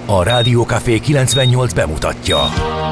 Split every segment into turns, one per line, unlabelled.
A Rádió Café 98 bemutatja.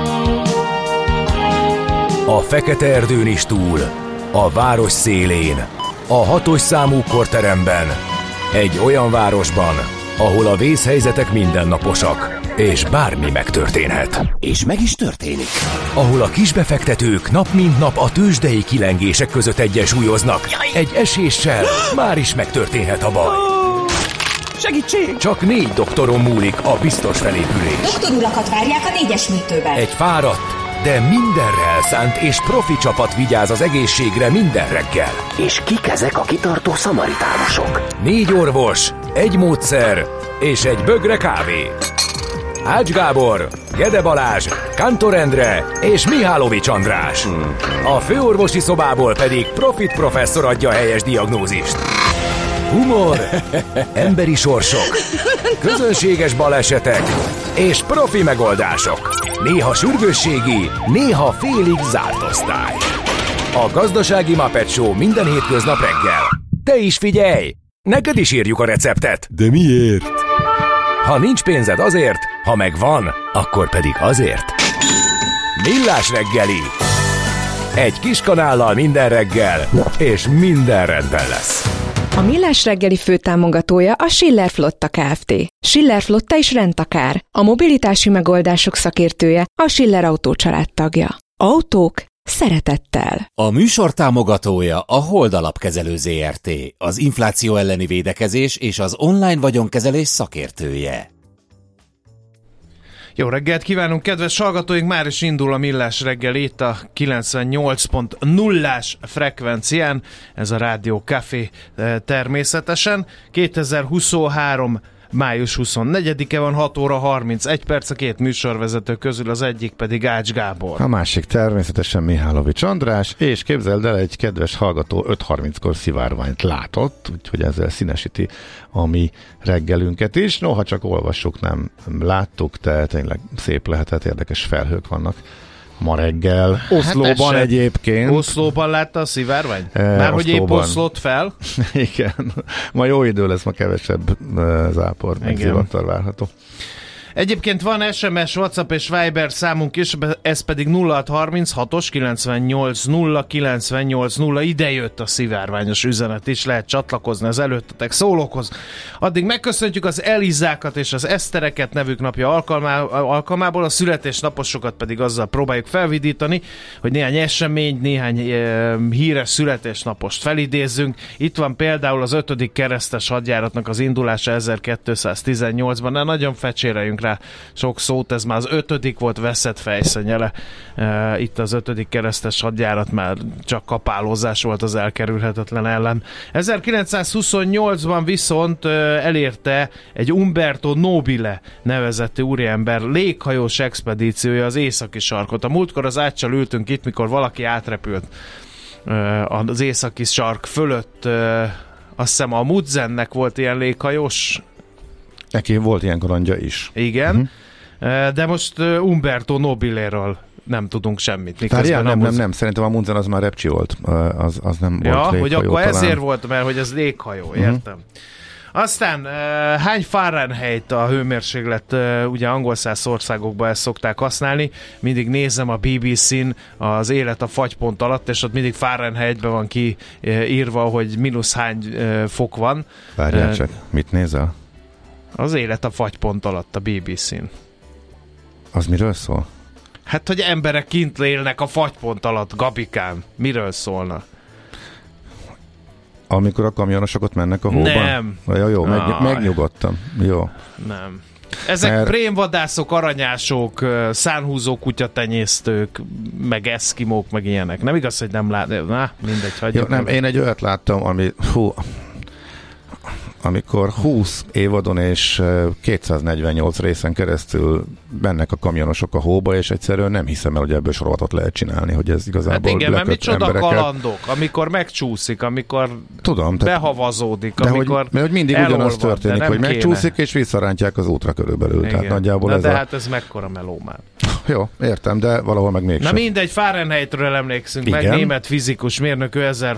A fekete erdőn is túl, a város szélén, a 6-os számú korteremben, egy olyan városban, ahol a vészhelyzetek mindennaposak, és bármi megtörténhet.
És meg is történik.
Ahol a kisbefektetők nap mint nap a tőzsdei kilengések között egyensúlyoznak. Egy eséssel már is megtörténhet a baj.
Segítség!
Csak 4 doktoron múlik a biztos felépülés.
Doktor urakat várják a 4-es műtőben.
Egy fáradt, de mindenre elszánt és profi csapat vigyáz az egészségre minden reggel.
És kik ezek a kitartó szamaritánusok?
4 orvos, egy módszer és egy bögre kávé. Ács Gábor, Gede Balázs, Kántor Endre és Mihálovics András. A főorvosi szobából pedig Profit professzor adja a helyes diagnózist. Humor, emberi sorsok, közönséges balesetek és profi megoldások. Néha sürgősségi, néha félig zárt osztály. A Gazdasági Muppet Show minden hétköznap reggel. Te is figyelj! Neked is írjuk a receptet.
De miért?
Ha nincs pénzed azért, ha megvan, akkor pedig azért. Millás reggeli. Egy kis kanállal minden reggel, és minden rendben lesz.
A Millás reggeli főtámogatója a Schiller Flotta Kft. Schiller Flotta és rendtakár. A mobilitási megoldások szakértője, a Schiller Autó család tagja. Autók szeretettel.
A műsor támogatója a Hold Alapkezelő Zrt., az infláció elleni védekezés és az online vagyonkezelés szakértője.
Jó reggelt kívánunk, kedves hallgatóink! Már is indul a Millás reggel itt a 98.0-ás frekvencián, ez a Rádió Café természetesen. 2023. május 24-e van, 6 óra 31 perc, a 2 műsorvezető közül az egyik pedig Ács Gábor.
A másik természetesen Mihálovics András, és képzeld el, egy kedves hallgató 5:30-kor szivárványt látott, úgyhogy ezzel színesíti a mi reggelünket is. Noha csak olvassuk, nem láttuk, de tényleg szép lehetett, érdekes felhők vannak ma reggel. Oszlóban egyébként.
Oszlóban látta a szivárványt? Már hogy épp oszlott fel?
Igen. Ma jó idő lesz, ma kevesebb zápor, meg zivatar várható.
Egyébként van SMS, WhatsApp és Viber számunk is, ez pedig 0636-os 980980. Ide jött a szivárványos üzenet is, lehet csatlakozni az előttetek szólókhoz. Addig megköszöntjük az Elizákat és az Esztereket nevük napja alkalmából, a születésnaposokat pedig azzal próbáljuk felvidítani, hogy néhány esemény, néhány híres születésnapost felidézzünk. Itt van például az 5. keresztes hadjáratnak az indulása 1218-ban, de nagyon fecséreljünk rá sok szót, ez már az 5. volt, veszett fejszennyele. Itt az 5. keresztes hadjárat, már csak kapálózás volt az elkerülhetetlen ellen. 1928-ban viszont elérte egy Umberto Nobile nevezetű úriember léghajós expedíciója az északi sarkot. A múltkor az Áccsal ültünk itt, mikor valaki átrepült az északi sark fölött, azt hiszem a Mudzennek volt ilyen léghajós.
Neki volt ilyen kalandja is.
Igen, de most Umberto Nobiléről nem tudunk semmit.
Nem, szerintem a Munzen az már repcsi volt, az nem volt léghajó.
Hogy akkor
talán.
Ezért volt, mert hogy ez léghajó, értem. Aztán hány Fahrenheit a hőmérséklet, ugye angolszász országokban ezt szokták használni, mindig nézem a BBC-n az élet a fagypont alatt, és ott mindig Fahrenheitben van kiírva, hogy mínusz hány fok van.
Várjál csak, mit nézel?
Az élet a fagypont alatt a BBC-n.
Az miről szól?
Hát, hogy emberek kint élnek a fagypont alatt, Gabikám. Miről szólna?
Amikor a kamionosok ott mennek a hóban?
Nem.
Jó, megnyugodtam. Jó.
Nem. Ezek prémvadászok, aranyások, szánhúzó kutyatenyésztők, meg eszkimók, meg ilyenek. Nem igaz, hogy nem lát... Na, mindegy, hagyjuk.
Jó, nem, én egy olyat láttam, ami... amikor 20 évadon és 248 részen keresztül mennek a kamionosok a hóba, és egyszerűen nem hiszem el, hogy ebből sorozatot lehet csinálni, hogy ez igazából
hát igen, mert micsoda
embereket.
Kalandok, amikor megcsúszik, amikor
tudom,
behavazódik,
de
amikor
mert hogy mindig ugyanaz történik, hogy megcsúszik, és visszarántják az útra körülbelül.
Igen.
Tehát nagyjából
de
ez
hát ez mekkora meló már.
jó, értem, de valahol meg mégsem.
Na mindegy, Fahrenheitről emlékszünk
igen.
meg, német fizikus mérnök,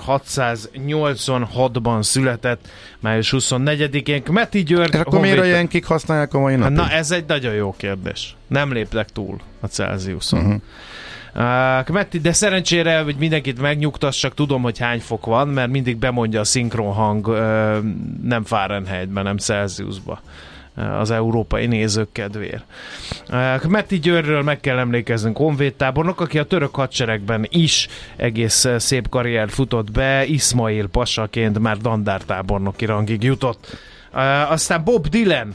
1686-ban született, május 24-én. Kmeti György...
És akkor miért a jenkik használják a mai napig?
Na ez egy nagyon jó kérdés. Nem léptek túl a Celsiuson. Kmeti, de szerencsére, hogy mindenkit megnyugtassak, tudom, hogy hány fok van, mert mindig bemondja a szinkronhang nem Fahrenheitben, nem Celsiusba az európai nézők kedvéért. Kmeti Györgyről meg kell emlékeznünk, honvédtábornok, aki a török hadseregben is egész szép karriert futott be, Iszmail pasaként már dandártábornoki rangig jutott. Aztán Bob Dylan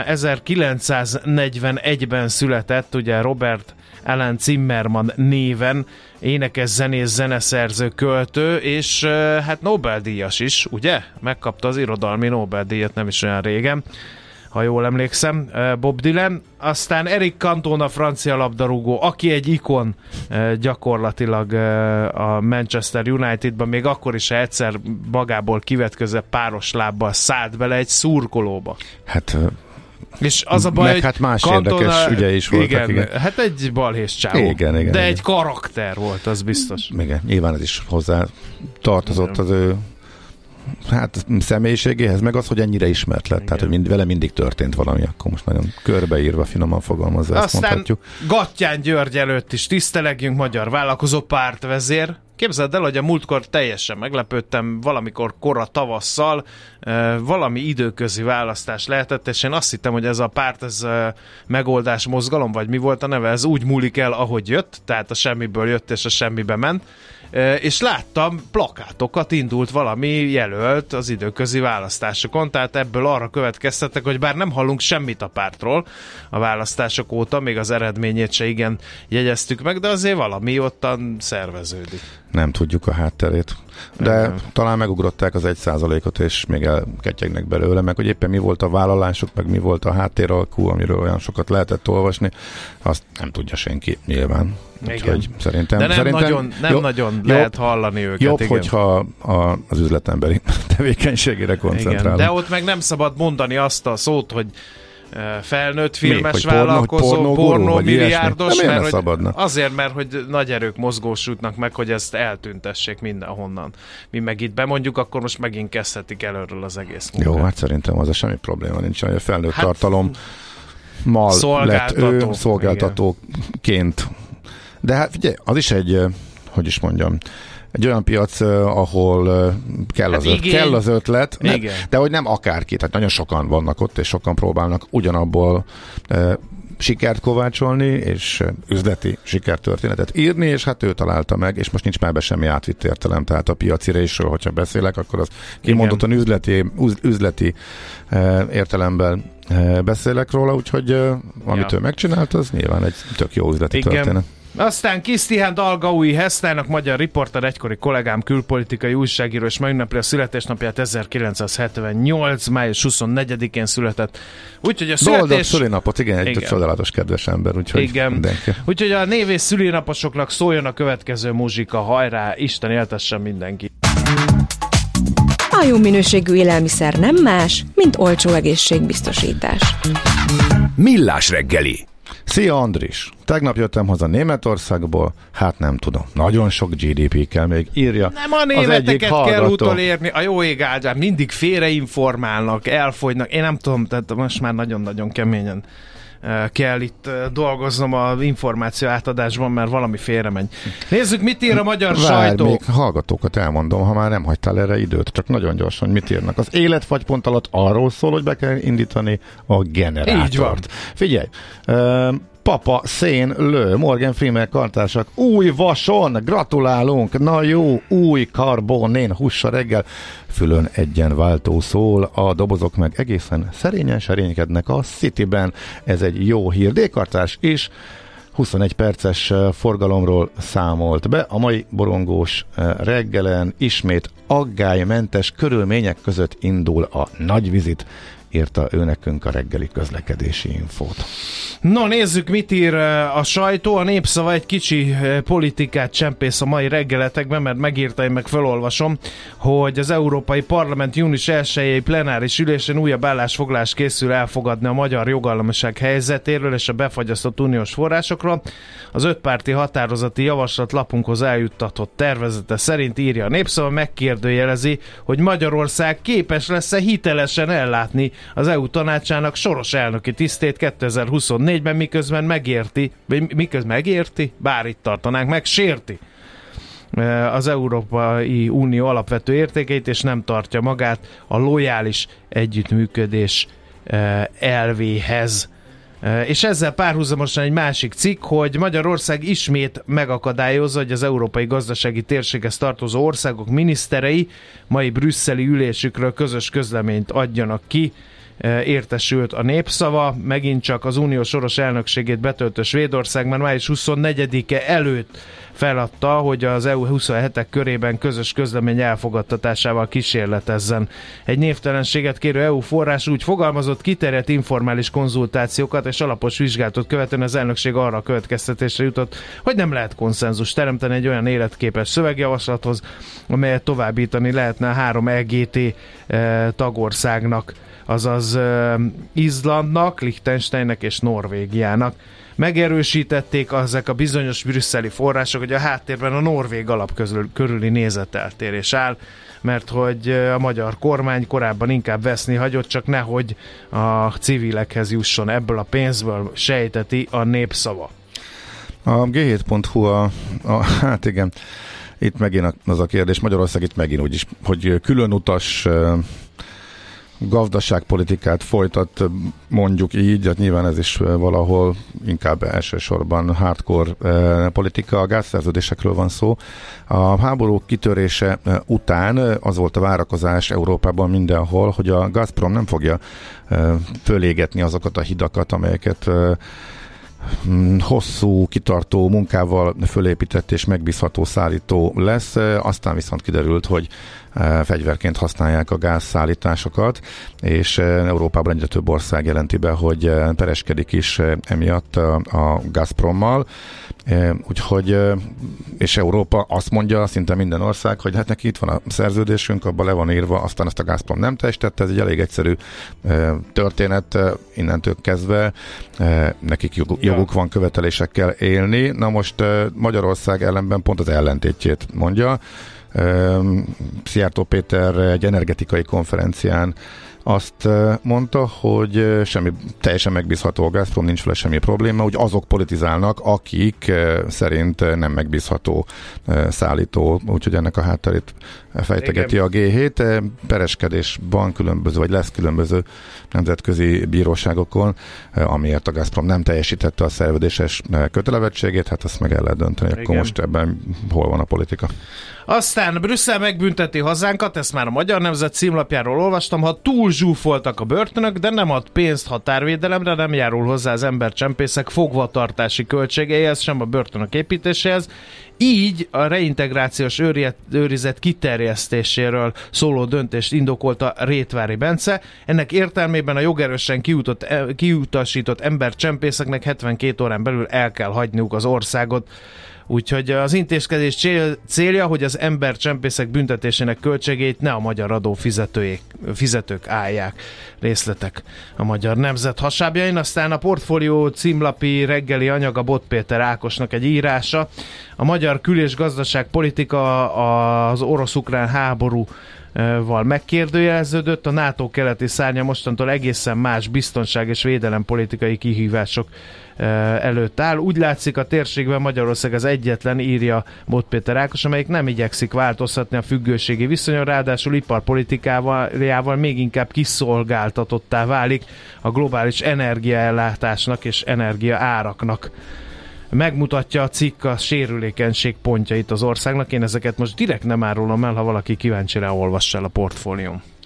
1941-ben született, ugye Robert Alan Zimmerman néven, énekes, zenész, zeneszerző, költő, és hát Nobel-díjas is, ugye? Megkapta az irodalmi Nobel-díjat nem is olyan régen, ha jól emlékszem, Bob Dylan. Aztán Eric Cantona, francia labdarúgó, aki egy ikon gyakorlatilag a Manchester Unitedban, még akkor is, ha egyszer magából kivetközve páros lábbal szállt bele egy szurkolóba.
Hát...
És az a baj,
meg hát más érdekes ügye is voltak.
Igen, hát egy balhés csávó.
Igen,
de egy karakter volt, az biztos.
Igen, nyilván ez is hozzá tartozott az ő személyiségéhez, meg az, hogy ennyire ismert lett. Igen. Tehát, hogy vele mindig történt valami, akkor most nagyon körbeírva, finoman fogalmazva ezt mondhatjuk.
Aztán Gattyán György előtt is tisztelegjünk, magyar vállalkozó, pártvezér. Képzeld el, hogy a múltkor teljesen meglepődtem, valamikor kora tavasszal valami időközi választás lehetett, és én azt hittem, hogy ez a párt, ez megoldás mozgalom, vagy mi volt a neve, ez úgy múlik el, ahogy jött, tehát a semmiből jött, és a semmibe ment. És láttam plakátokat, indult valami jelölt az időközi választásokon, tehát ebből arra következtettek, hogy bár nem hallunk semmit a pártról a választások óta, még az eredményét se igen jegyeztük meg, de azért valami ottan szerveződik.
Nem tudjuk a hátterét. De talán megugrották az 1%-ot, és még elketyegnek belőle, meg hogy éppen mi volt a vállalások, meg mi volt a háttéralkú, amiről olyan sokat lehetett olvasni, azt nem tudja senki nyilván. Úgyhogy szerintem,
de nem nagyon lehet hallani őket.
Jobb,
igen.
hogyha az üzletemberi tevékenységére koncentrálunk.
Igen, de ott meg nem szabad mondani azt a szót, hogy felnőtt filmes vállalkozó, pornómilliárdos, azért, mert hogy nagy erők mozgósítnak meg, hogy ezt eltüntessék mindenhonnan. Mi meg itt bemondjuk, akkor most megint kezdhetik előről az egész munkát.
Jó, hát szerintem az semmi probléma nincs, hogy a felnőtt tartalom mal lett ő szolgáltatóként. De hát figyelj, az is egy, hogy is mondjam, egy olyan piac, ahol kell az ötlet, de hogy nem akárki, tehát nagyon sokan vannak ott, és sokan próbálnak ugyanabból sikert kovácsolni, és üzleti sikertörténetet írni, és hát ő találta meg, és most nincs már be semmi átvitt értelem, tehát a piaci résről, hogyha beszélek, akkor az kimondottan üzleti értelemben beszélek róla, úgyhogy amit ő megcsinált, az nyilván egy tök jó üzleti történet.
Aztán Kisztihán Dalgaui Hesztának, magyar riporter, egykori kollégám, külpolitikai újságíró, és megünnepli a születésnapját, 1978. május 24-én született. Úgyhogy a
boldog szülinapot, igen, egy csodálatos kedves ember, úgyhogy mindenki.
Úgyhogy a név és szülinaposoknak szóljon a következő muzsika, hajrá, Isten éltessen mindenki.
A jó minőségű élelmiszer nem más, mint olcsó egészségbiztosítás.
Millás reggeli.
Szia Andris! Tegnap jöttem haza Németországból, hát nem tudom, nagyon sok GDP kell még, írja.
Nem a németeket kell utolérni, a jó ég áldján, mindig félreinformálnak, elfogynak, én nem tudom, tehát most már nagyon-nagyon keményen kell itt dolgoznom az információ átadásban, mert valami félremegy. Nézzük, mit ír a magyar sajtó.
Még hallgatókat elmondom, ha már nem hagytál erre időt, csak nagyon gyorsan mit írnak. Az életfagypont alatt arról szól, hogy be kell indítani a generátort.
Így van.
Figyelj, Papa, Szén, Lő, Morgan Freeman kartársak, új vason, gratulálunk, na jó, új karbonén, hussa reggel, fülön egyenváltó szól, a dobozok meg egészen szerényen serénykednek a Cityben, ez egy jó hír. D-kartárs is 21 perces forgalomról számolt be. A mai borongós reggelen ismét aggálymentes körülmények között indul a nagyvizit, írta ő nekünk a reggeli közlekedési infót.
No, nézzük, mit ír a sajtó. A Népszava egy kicsi politikát csempész a mai reggeletekben, mert megírta, én meg felolvasom, hogy az Európai Parlament június 1-i plenáris ülésén újabb állásfoglalás készül elfogadni a magyar jogállamiság helyzetéről és a befagyasztott uniós forrásokról. Az 5 párti határozati javaslat lapunkhoz eljuttatott tervezete szerint, írja a Népszava, megkérdőjelezi, hogy Magyarország képes lesz-e hitelesen ellátni az EU tanácsának soros elnöki tisztét 2024-ben, miközben megérti, bár itt tartanánk, megsérti az Európai Unió alapvető értékeit, és nem tartja magát a lojális együttműködés elvéhez. És ezzel párhuzamosan egy másik cikk, hogy Magyarország ismét megakadályozza, hogy az európai gazdasági térséghez tartozó országok miniszterei mai brüsszeli ülésükről közös közleményt adjanak ki. Értesült a Népszava, megint csak az unió soros elnökségét betöltő Svédország már május 24-e előtt feladta, hogy az EU 27-ek körében közös közlemény elfogadtatásával kísérletezzen. Egy névtelenséget kérő EU forrás úgy fogalmazott, kiterjedt informális konzultációkat és alapos vizsgálatot követően az elnökség arra a következtetésre jutott, hogy nem lehet konszenzus teremteni egy olyan életképes szövegjavaslathoz, amelyet továbbítani lehetne a 3 EGT tagországnak, azaz Izlandnak, Liechtensteinnek és Norvégiának. Megerősítették ezek a bizonyos brüsszeli források, hogy a háttérben a norvég alap körüli nézeteltérés áll, mert hogy a magyar kormány korábban inkább veszni hagyott, csak nehogy a civilekhez jusson ebből a pénzből, sejteti a Népszava.
A G7.hu hát igen, itt megint az a kérdés, Magyarország itt megint úgyis, hogy külön utas gazdaságpolitikát folytat, mondjuk így, hát nyilván ez is valahol inkább elsősorban hardcore politika, a gázszerződésekről van szó. A háború kitörése után az volt a várakozás Európában mindenhol, hogy a Gazprom nem fogja fölégetni azokat a hidakat, amelyeket hosszú, kitartó munkával fölépített és megbízható szállító lesz. Aztán viszont kiderült, hogy fegyverként használják a gázszállításokat, és Európában egyre több ország jelenti be, hogy pereskedik is emiatt a Gazprommal. Úgyhogy, és Európa azt mondja, szinte minden ország, hogy hát neki itt van a szerződésünk, abban le van írva, aztán ezt a Gazprom nem teljesítette, ez egy elég egyszerű történet innentől kezdve, nekik joguk van követelésekkel élni. Na most Magyarország ellenben pont az ellentétjét mondja. Szijjártó Péter egy energetikai konferencián azt mondta, hogy teljesen megbízható a Gazprom, nincs vele semmi probléma, hogy azok politizálnak, akik szerint nem megbízható szállító, úgyhogy ennek a hátterét fejtegeti a G7. Pereskedés van különböző, vagy lesz különböző nemzetközi bíróságokon, amiért a Gazprom nem teljesítette a szerződéses kötelezettségét, hát azt meg el lehet dönteni, akkor most ebben hol van a politika.
Aztán Brüsszel megbünteti hazánkat, ezt már a Magyar Nemzet címlapjáról olvastam, ha túl zsúfoltak a börtönök, de nem ad pénzt határvédelemre, nem járul hozzá az embercsempészek fogvatartási költségeihez, sem a börtönök építéséhez. Így a reintegrációs őrizet kiterjesztéséről szóló döntést indokolta Rétvári Bence. Ennek értelmében a jogerősen kiutasított embercsempészeknek 72 órán belül el kell hagyniuk az országot. Úgyhogy az intézkedés célja, hogy az embercsempészek büntetésének költségét ne a magyar adófizetők állják. Részletek a Magyar Nemzet hasábjain. Aztán a Portfólió címlapi reggeli anyag a Bot Péter Ákosnak egy írása. A magyar kül- és gazdaságpolitika az orosz-ukrán háborúval megkérdőjeleződött, a NATO keleti szárnya mostantól egészen más biztonság- és védelempolitikai kihívások előtt áll. Úgy látszik, a térségben Magyarország az egyetlen, írja Bot Péter Ákos, amelyik nem igyekszik változtatni a függőségi viszonyon, ráadásul iparpolitikával még inkább kiszolgáltatottá válik a globális energiaellátásnak és energiaáraknak. Megmutatja a cikk a sérülékenység pontjait az országnak. Én ezeket most direkt nem árulom el, ha valaki kíváncsi rá, olvassa el a Portfólión.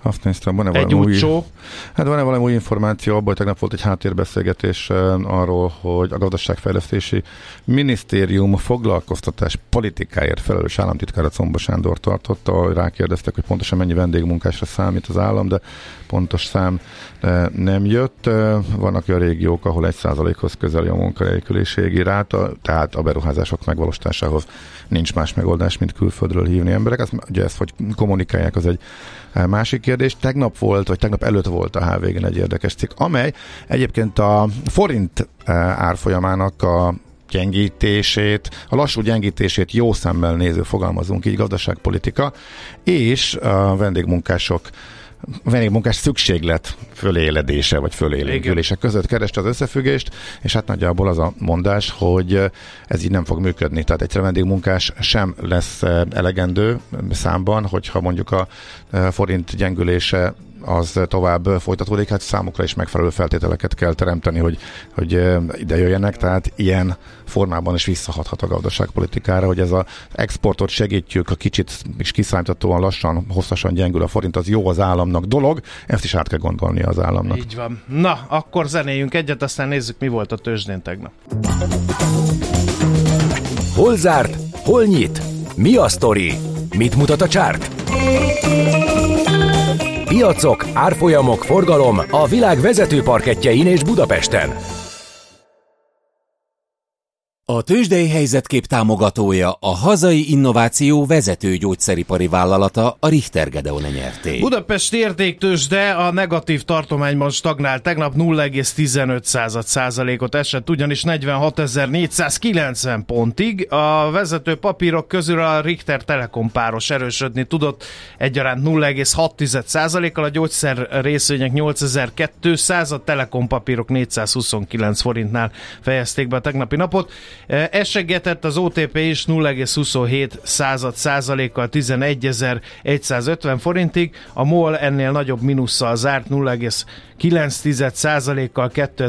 Azt néztem, van-e
Egy
valami
útsó.
Hát van-e valami új információ abban, hogy tegnap volt egy háttérbeszélgetés arról, hogy a Gazdaságfejlesztési Minisztérium foglalkoztatás politikáért felelős államtitkára Comba Sándor tartotta, rákérdeztek, hogy pontosan mennyi vendégmunkásra számít az állam, de pontos szám nem jött. Vannak olyan régiók, ahol 1%-hoz közeli a munkanélküliségi ráta, tehát a beruházások megvalósításához nincs más megoldás, mint külföldről hívni emberek. Ugye ezt, hogy kommunikálják, az egy másik kérdés. Tegnap előtt volt a HVG-n egy érdekes cikk, amely egyébként a forint árfolyamának a gyengítését, a lassú gyengítését jó szemmel néző, fogalmazunk így, gazdaságpolitika, és a vendégmunkás szükséglet föléledése, vagy fölélénkülése között kereste az összefüggést, és hát nagyjából az a mondás, hogy ez így nem fog működni. Tehát egyszerűen vendégmunkás sem lesz elegendő számban, hogyha mondjuk a forint gyengülése az tovább folytatódik, hát számukra is megfelelő feltételeket kell teremteni, hogy ide jöjjenek, tehát ilyen formában is visszahathat a gazdaságpolitikára, hogy ez az exportot segítjük, a kicsit is kiszámíthatóan lassan, hosszasan gyengül a forint, az jó az államnak dolog, ezt is át kell gondolnia az államnak.
Így van. Na, akkor zenéljünk egyet, aztán nézzük, mi volt a tőzsdén tegnap.
Hol zárt? Hol nyit? Mi a sztori? Mit mutat a csárt? Piacok, árfolyamok, forgalom a világ vezető parkettjein és Budapesten.
A tőzsdei helyzetkép támogatója a hazai innováció vezető gyógyszeripari vállalata, a Richter Gedeon nyerté.
Budapesti értéktőzsde a negatív tartományban stagnált, tegnap 0,15%-ot esett, ugyanis 46.490 pontig. A vezető papírok közül a Richter Telekom páros erősödni tudott egyaránt 0,6%-kal, a gyógyszer részvények 8200, a Telekom papírok 429 forintnál fejezték be a tegnapi napot. Esegetett az OTP is 0,27%-kal 11.150 forintig, a MOL ennél nagyobb mínusszal zárt 0,9%-kal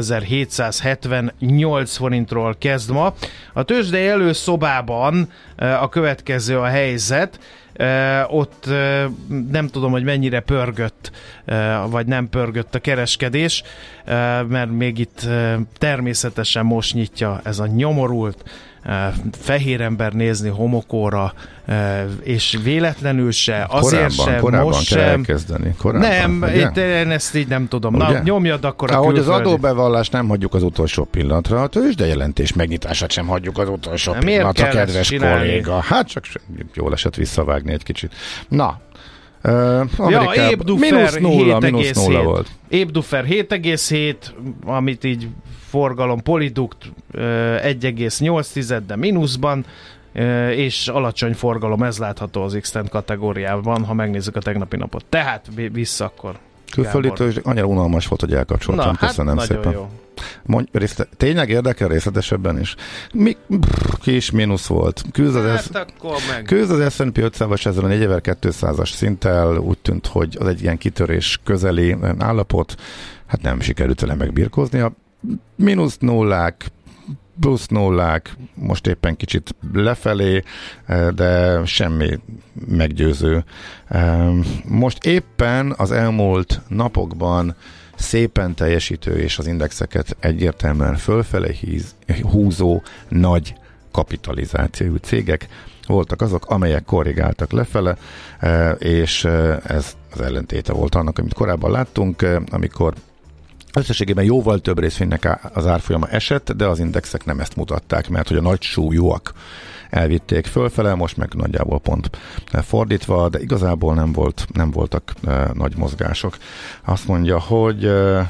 2778 forintról kezd ma. A tőzsdei előszobában a következő a helyzet. Ott nem tudom, hogy mennyire pörgött, vagy nem pörgött a kereskedés, mert még itt természetesen most nyitja ez a nyomorult fehér ember nézni homokóra, és véletlenül se, azért
korábban
most
kell
sem.
Elkezdeni.
Nem, én ezt így nem tudom. Na, nyomjad akkor a
ahogy
külföldi.
az adóbevallást nem hagyjuk az utolsó pillanatra, a tőzsdejelentés megnyitását sem hagyjuk az utolsó pillanatra, kedves kolléga. Hát csak jól esett visszavágni egy kicsit. Na, Amerikában mínusz nulla volt.
Ébdufer 7,7, amit így forgalom, Polidukt 1,8, de mínuszban, és alacsony forgalom, ez látható az X-Tent kategóriában, ha megnézzük a tegnapi napot. Tehát vissza akkor.
Külföldi tőzsde annyira unalmas volt, hogy elkapcsoltam. Köszönöm szépen.
Jó.
Tényleg érdekel részletesebben is. Kis mínusz volt. Küzd az S&P 500-as ezzel a 4200-as szinttel, úgy tűnt, hogy az egy ilyen kitörés közeli állapot, hát nem sikerült vele megbirkózni. A mínusz nullák, plusz nullák, most éppen kicsit lefelé, de semmi meggyőző. Most éppen az elmúlt napokban szépen teljesítő és az indexeket egyértelműen fölfele húzó nagy kapitalizációjú cégek voltak azok, amelyek korrigáltak lefele, és ez az ellentéte volt annak, amit korábban láttunk, amikor összességében jóval több részvénynek az árfolyama esett, de az indexek nem ezt mutatták, mert hogy a nagy súlyúak elvitték fölfele, most meg nagyjából pont fordítva, de igazából nem voltak nagy mozgások. Azt mondja, hogy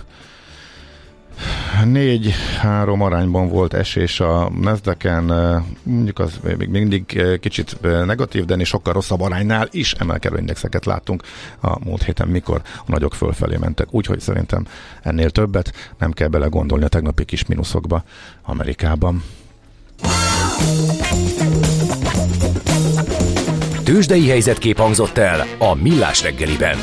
4-3 arányban volt esés a Nasdaqen, mondjuk az még mindig kicsit negatív, de ennél sokkal rosszabb aránynál is emelkedő indexeket láttunk a múlt héten, mikor a nagyok fölfelé mentek. Úgyhogy szerintem ennél többet nem kell belegondolni a tegnapi kis mínuszokba Amerikában.
Tőzsdei helyzetkép hangzott el a Millás reggeliben.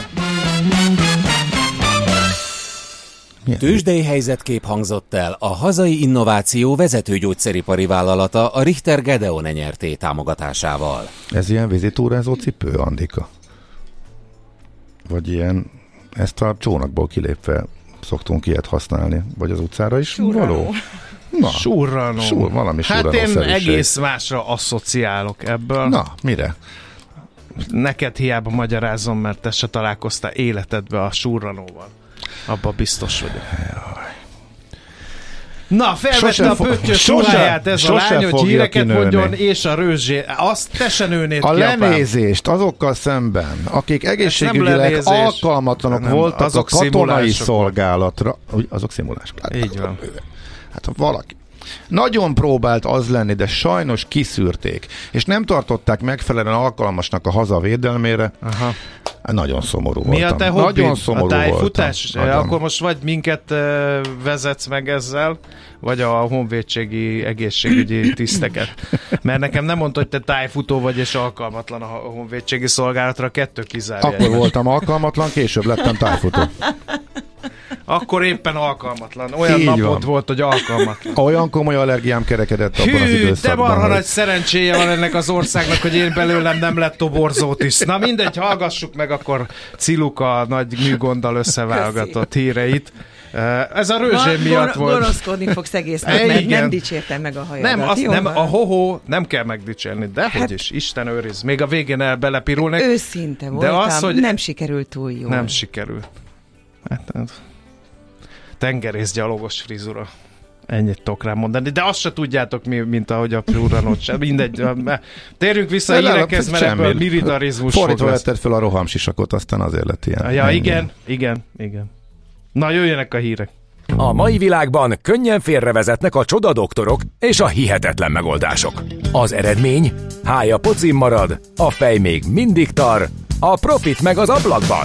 Tőzsdei helyzetkép hangzott el a hazai innováció vezető gyógyszeripari vállalata, a Richter Gedeon nyerté támogatásával.
Ez ilyen vizitúrázó cipő, Andika? vagy ilyen, ezt a csónakból kilépve szoktunk ilyet használni, vagy az utcára is való? Na,
Surranó.
Valami
hát én
surranószerűség.
egész másra asszociálok ebből.
Na, mire?
Neked hiába magyarázom, mert te se találkoztál életedbe a surranóval. Abba biztos vagyok. Na, felvette a pöttyös ruháját ez a lány, hogy híreket mondjon, és a rőzsé. Azt te se nőnéd
a
ki,
lenézést azokkal szemben, akik egészségügyileg alkalmatlanok voltak a katonai szolgálatra. Azok szimulások.
Így van.
Hát ha valaki nagyon próbált az lenni, de sajnos kiszűrték, és nem tartották megfelelően alkalmasnak a haza védelmére.
Aha.
Nagyon szomorú
Mi
voltam.
a te hobbid?
Nagyon szomorú
a tájfutás?
voltam.
Akkor most vagy minket vezetsz meg ezzel, vagy a honvédségi egészségügyi tiszteket. Mert nekem nem mondta, hogy te tájfutó vagy, és alkalmatlan a honvédségi szolgálatra, kettő kizárja.
Akkor voltam alkalmatlan, később lettem tájfutó.
Akkor éppen alkalmatlan. Olyan
Így
napod
van.
volt, hogy alkalmatlan.
Olyan komoly allergiám kerekedett abban az
Hű,
időszakban.
de marha
hogy-
nagy szerencséje van ennek az országnak, hogy én belőlem nem lett toborzótiszt. Na mindegy, hallgassuk meg akkor Ciluka nagy műgonddal összeválogatott híreit. Ez a rőzsém miatt volt.
Gonoszkodni fogsz egész nap, mert
Igen.
nem dicsértem meg a hajadat.
Nem, azt
jó
nem,
van?
a hoho nem kell megdicsérni, de hogy is, Isten őriz. Még a végén belepirulnak.
Őszinte voltam,
az, hogy
nem sikerült túl jól.
nem sikerült. Hát, tengerészgyalogos frizura. Ennyit tudok rám mondani, de azt se tudjátok, mint ahogy a plurranót sem. Mindegy. Térjünk vissza a hírekhez, mert ebből militarizmus fog
Fordítva
lesz.
vetted fel a rohamsisakot, aztán azért lett ilyen.
Ja,
Ennyi.
igen. Na, jöjjenek a hírek.
A mai világban könnyen félrevezetnek a csodadoktorok és a hihetetlen megoldások. Az eredmény? Hája pocim marad, a fej még mindig tar, a profit meg az ablakban.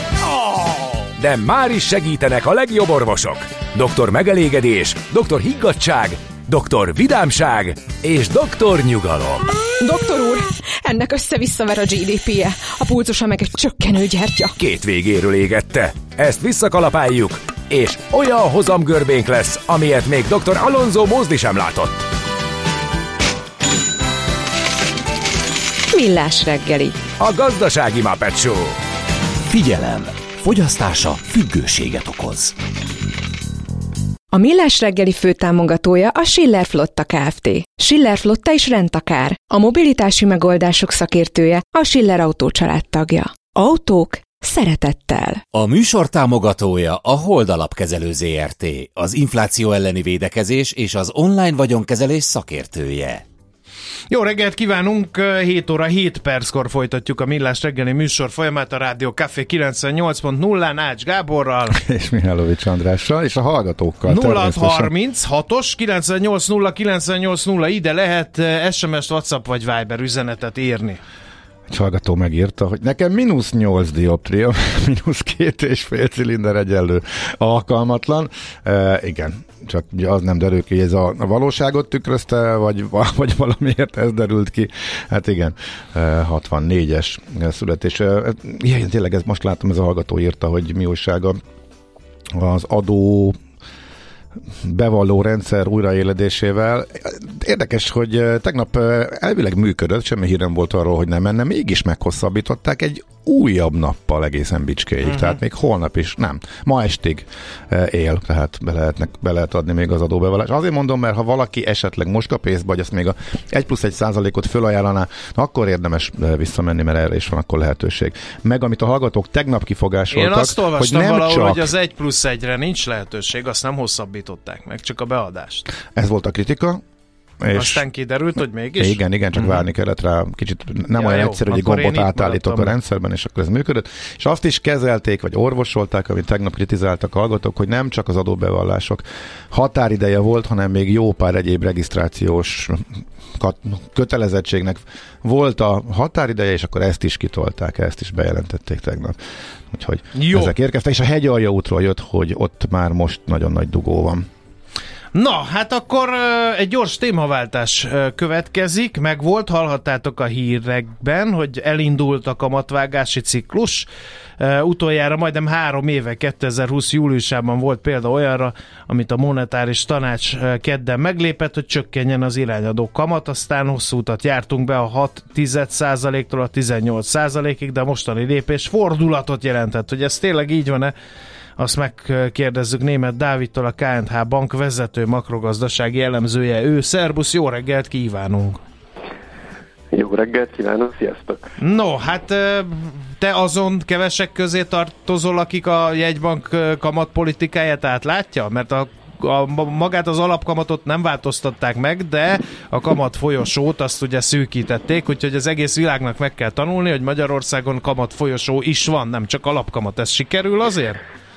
De már is segítenek a legjobb orvosok. Doktor megelégedés, doktor higgadtság, doktor vidámság és doktor nyugalom.
Doktor úr, ennek össze-visszaver a GDP-je, a pulzusa meg egy csökkenő gyertya.
Két végéről égette. Ezt visszakalapáljuk, és olyan hozamgörbénk lesz, amilyet még dr. Alonso Mózdi sem látott.
Millás reggeli.
A gazdasági Muppet Show.
Figyelem! Fogyasztása függőséget okoz.
A Millás reggeli főtámogatója a Schiller Flotta Kft. Schiller Flotta és Rendtakár. A mobilitási megoldások szakértője, a Schiller Autó családtagja. Autók szeretettel.
A műsor támogatója a Hold Alapkezelő ZRT, az infláció elleni védekezés és az online vagyonkezelés szakértője.
Jó reggelt kívánunk, 7 óra 7 perckor folytatjuk a Millás reggeli műsor folyamát a Rádió Café 98.0-án Ács Gáborral.
És Mihálovics Andrással, és a hallgatókkal.
0636-os 980 ide lehet SMS-t, WhatsApp vagy Viber üzenetet írni.
Egy hallgató megírta, hogy nekem -8 dioptria, -2,5 cilinder egyenlő alkalmatlan. Igen, csak az nem derül ki, hogy ez a valóságot tükrözte, vagy valamiért ez derült ki. Hát igen, 64-es születés. Igen, tényleg ez most látom, ez a hallgató írta, hogy mi újsága az adó bevalló rendszer újraéledésével. Érdekes, hogy tegnap elvileg működött, semmi hírem volt arról, hogy nem menne, mégis meghosszabbították egy újabb nappal egészen bicskéig, tehát még holnap is, nem, ma estig él, tehát be lehet adni még az adóbevallás. Azért mondom, mert ha valaki esetleg most kap észbe, vagy azt még a 1+1%-ot fölajánlaná, akkor érdemes visszamenni, mert erre is van akkor lehetőség. Meg amit a hallgatók tegnap kifogásoltak,
Én azt olvastam
hogy nem
valahol,
csak...
hogy az 1+1-re nincs lehetőség, azt nem hosszabbították meg, csak a beadást.
Ez volt a kritika. És
aztán kiderült, hogy mégis?
Igen, csak várni kellett rá kicsit, nem olyan
jó,
egyszerű, hogy egy
akkor
gombot
én itt
átállítok a
maradtam.
rendszerben, és akkor ez működött. És azt is kezelték, vagy orvosolták, amit tegnap kritizáltak a hallgatók, hogy nem csak az adóbevallások határideje volt, hanem még jó pár egyéb regisztrációs kötelezettségnek volt a határideje, és akkor ezt is kitolták, ezt is bejelentették tegnap. Úgyhogy
jó.
ezek érkeztek, és a Hegyalja útról jött, hogy ott már most nagyon nagy dugó van.
Na, hát akkor egy gyors témaváltás következik. Hallhattátok a hírekben, hogy elindult a kamatvágási ciklus. Utoljára majdnem 3 éve, 2020 júliusában volt példa olyanra, amit a monetáris tanács kedden meglépett, hogy csökkenjen az irányadó kamat, aztán hosszú utat jártunk be a 6,1%-tól a 18%-ig, de a mostani lépés fordulatot jelentett, hogy ez tényleg így van-e? Azt megkérdezzük Németh Dávidtól, a KNH Bank vezető makrogazdasági elemzője. Ő, szerbusz, jó reggelt kívánunk!
Jó reggelt kívánok, sziasztok!
No, hát te azon kevesek közé tartozol, akik a jegybank kamatpolitikáját átlátja? Mert magát az alapkamatot nem változtatták meg, de a kamat folyosót azt ugye szűkítették, úgyhogy az egész világnak meg kell tanulni, hogy Magyarországon kamat folyosó is van, nem csak alapkamat. Ez sikerül azért?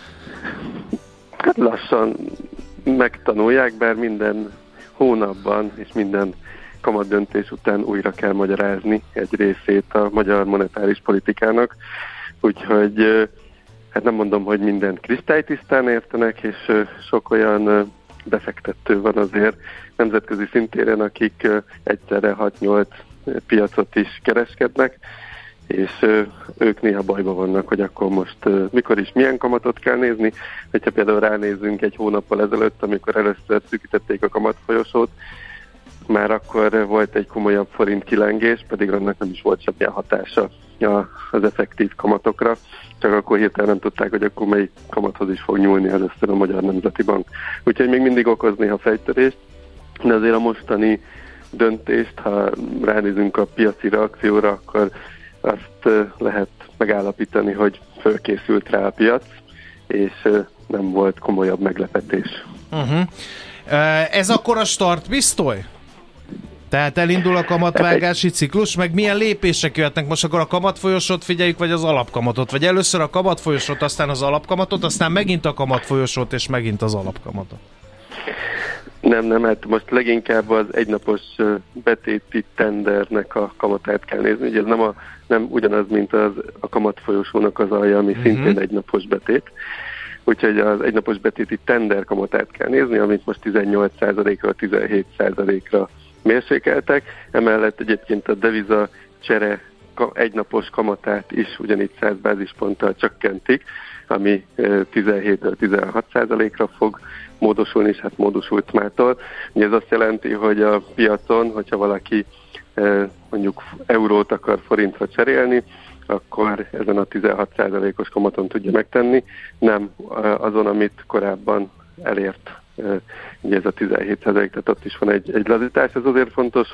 Hát lassan megtanulják, bár minden hónapban és minden kamatdöntés után újra kell magyarázni egy részét a magyar monetáris politikának, úgyhogy hát nem mondom, hogy mindent kristálytisztán értenek, és sok olyan befektető van azért nemzetközi szintéren, akik egyszerre 6-8 piacot is kereskednek, és ők néha bajban vannak, hogy akkor most mikor is milyen kamatot kell nézni. Hogyha például ránézzünk egy hónappal ezelőtt, amikor először szűkítették a kamatfolyosót, már akkor volt egy komolyabb forint kilengés, pedig annak nem is volt semmilyen hatása az effektív kamatokra, csak akkor hirtelen nem tudták, hogy akkor melyik kamathoz is fog nyúlni először a Magyar Nemzeti Bank. Úgyhogy még mindig okoz néha fejtörést, de azért a mostani döntést, ha ránézünk a piaci reakcióra, akkor azt lehet megállapítani, hogy fölkészült rá a piac, és nem volt komolyabb meglepetés.
Ez akkor a startpisztoly? Tehát elindul a kamatvágási ciklus, meg milyen lépések jöhetnek? Most akkor a kamatfolyosót figyeljük, vagy az alapkamatot? Vagy először a kamatfolyosót, aztán az alapkamatot, aztán megint a kamatfolyosót, és megint az alapkamatot?
Nem, hát most leginkább az egynapos betéti tendernek a kamatát kell nézni. Ugye ez nem ugyanaz, mint a kamatfolyosónak az alja, ami szintén egynapos betét. Úgyhogy az egynapos betéti tender kamatát kell nézni, amit most 18%-ra, 17%-ra mérsékeltek. Emellett egyébként a deviza csere egynapos kamatát is ugyanígy 100 bázisponttal csökkentik, ami 17-ről 16%-ra fog módosulni, és hát módosult mától. Ugye ez azt jelenti, hogy a piacon, hogyha valaki mondjuk eurót akar forintra cserélni, akkor ezen a 16%-os kamaton tudja megtenni, nem azon, amit korábban elért. Ugye ez a 17%, tehát ott is van egy lazítás. Ez azért fontos,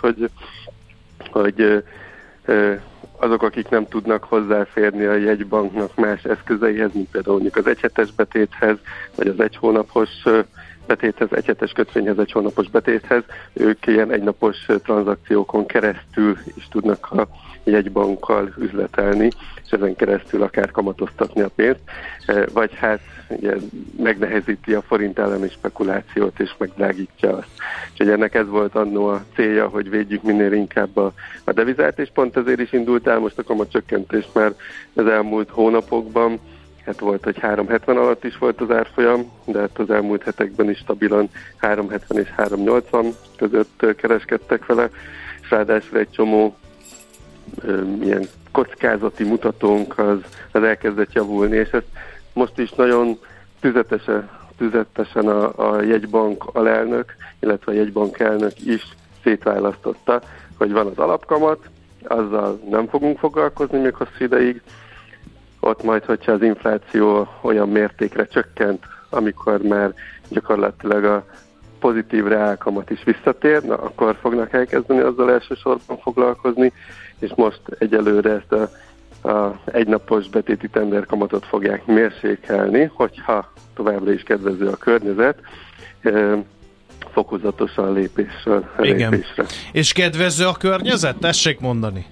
hogy azok, akik nem tudnak hozzáférni a jegybanknak más eszközeihez, mint például mondjuk az egyhetes betéthez, vagy az egyhónapos betéthez, egyhetes kötvényhez, egy hónapos betéthez, ők ilyen egynapos tranzakciókon keresztül is tudnak a jegybankkal üzletelni, és ezen keresztül akár kamatoztatni a pénzt, vagy hát ugye, megnehezíti a forint elleni spekulációt, és megdrágítja azt. Úgyhogy ennek ez volt annó a célja, hogy védjük minél inkább a devizát, és pont ezért is indult el most a kamatcsökkentés már az elmúlt hónapokban. Hát volt, hogy 3,70 alatt is volt az árfolyam, de hát az elmúlt hetekben is stabilan 3,70 és 3,80 között kereskedtek vele, és ráadásul egy csomó ilyen kockázati mutatónk az elkezdett javulni, és ezt most is nagyon tüzetesen a jegybank alelnök, illetve a jegybank elnök is szétválasztotta, hogy van az alapkamat, azzal nem fogunk foglalkozni még hosszú ideig, ott majd, hogyha az infláció olyan mértékre csökkent, amikor már gyakorlatilag a pozitív reálkamat is visszatér, na, akkor fognak elkezdeni azzal elsősorban foglalkozni, és most egyelőre ezt a egynapos betéti tenderkamatot fogják mérsékelni, hogyha továbbra is kedvező a környezet, fokozatosan lépésről lépésre.
És kedvező a környezet? Tessék mondani.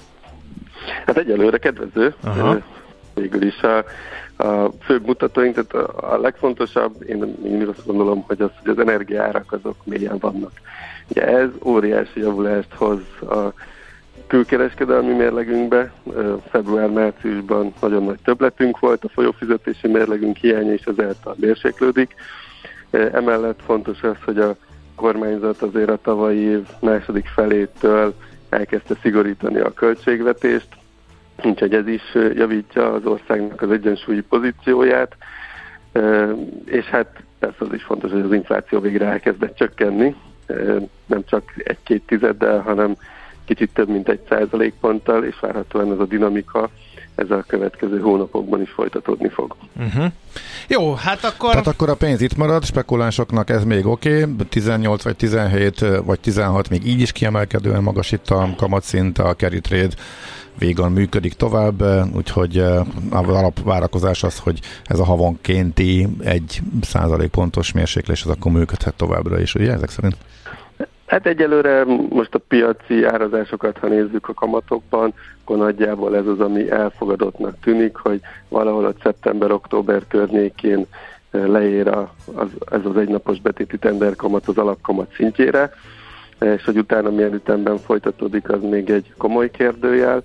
Hát egyelőre kedvező. Végül is a főbb mutatóink, tehát a legfontosabb, én mindig azt gondolom, hogy az energiaárak azok mélyen vannak. Ugye ez óriási javulást hoz a külkereskedelmi mérlegünkbe. Február-márciusban nagyon nagy többletünk volt, a folyófizetési mérlegünk hiánya is ezáltal mérséklődik. Emellett fontos az, hogy a kormányzat azért a tavalyi év második felétől elkezdte szigorítani a költségvetést, úgyhogy ez is javítja az országnak az egyensúlyi pozícióját, és hát persze az is fontos, hogy az infláció végre elkezdett csökkenni, nem csak 1-2%, hanem kicsit több mint 1%-ponttal, és várhatóan ez a dinamika ez a következő hónapokban is folytatódni fog.
Jó, hát akkor...
Tehát akkor a pénz itt marad, spekulánsoknak ez még oké, 18 vagy 17 vagy 16 még így is kiemelkedően magas itt a kamatszint, a carry trade végan működik tovább, úgyhogy az alapvárakozás az, hogy ez a havonkénti 1% pontos mérséklés az akkor működhet továbbra is, ugye ezek szerint?
Hát egyelőre most a piaci árazásokat, ha nézzük a kamatokban, akkor nagyjából ez az, ami elfogadottnak tűnik, hogy valahol a szeptember-október környékén leér ez az egynapos betéti tenderkamat az alapkamat szintjére, és hogy utána milyen ütemben folytatódik, az még egy komoly kérdőjel,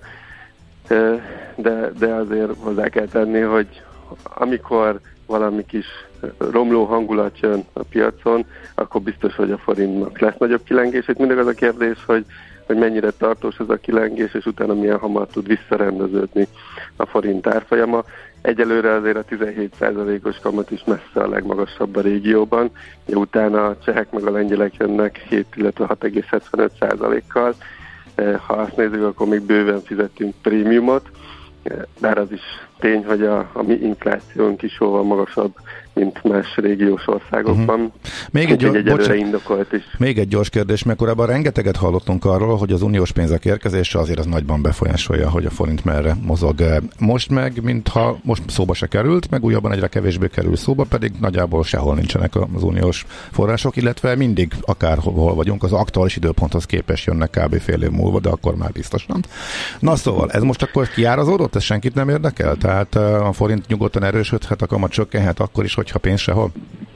de azért hozzá kell tenni, hogy amikor valami kis romló hangulat jön a piacon, akkor biztos, hogy a forintnak lesz nagyobb kilengés. Itt mindig az a kérdés, hogy mennyire tartós ez a kilengés, és utána milyen hamar tud visszarendeződni a forint árfolyama. Egyelőre azért a 17%-os kamat is messze a legmagasabb a régióban, utána a csehek meg a lengyelek jönnek 7, illetve 6,75%-kal. Ha azt nézzük, akkor még bőven fizetünk prémiumot, bár az is tény, hogy a mi inflációnk is jóval magasabb, mint más régiós országokban.
Még egy gyors kérdés, mert korábban rengeteget hallottunk arról, hogy az uniós pénzek érkezése azért az nagyban befolyásolja, hogy a forint merre mozog. Most meg, mintha most szóba se került, meg újabban egyre kevésbé kerül szóba, pedig nagyjából sehol nincsenek az uniós források, illetve mindig akárhol vagyunk, az aktuális időponthoz képest jönnek kb. Fél év múlva, de akkor már biztosan. Na szóval, ez most akkor kiárazódott, ez senkit nem érdekel? Tehát a forint nyugodtan erősödhet, a kamat csökkenhet akkor is, hogyha pénz sehol?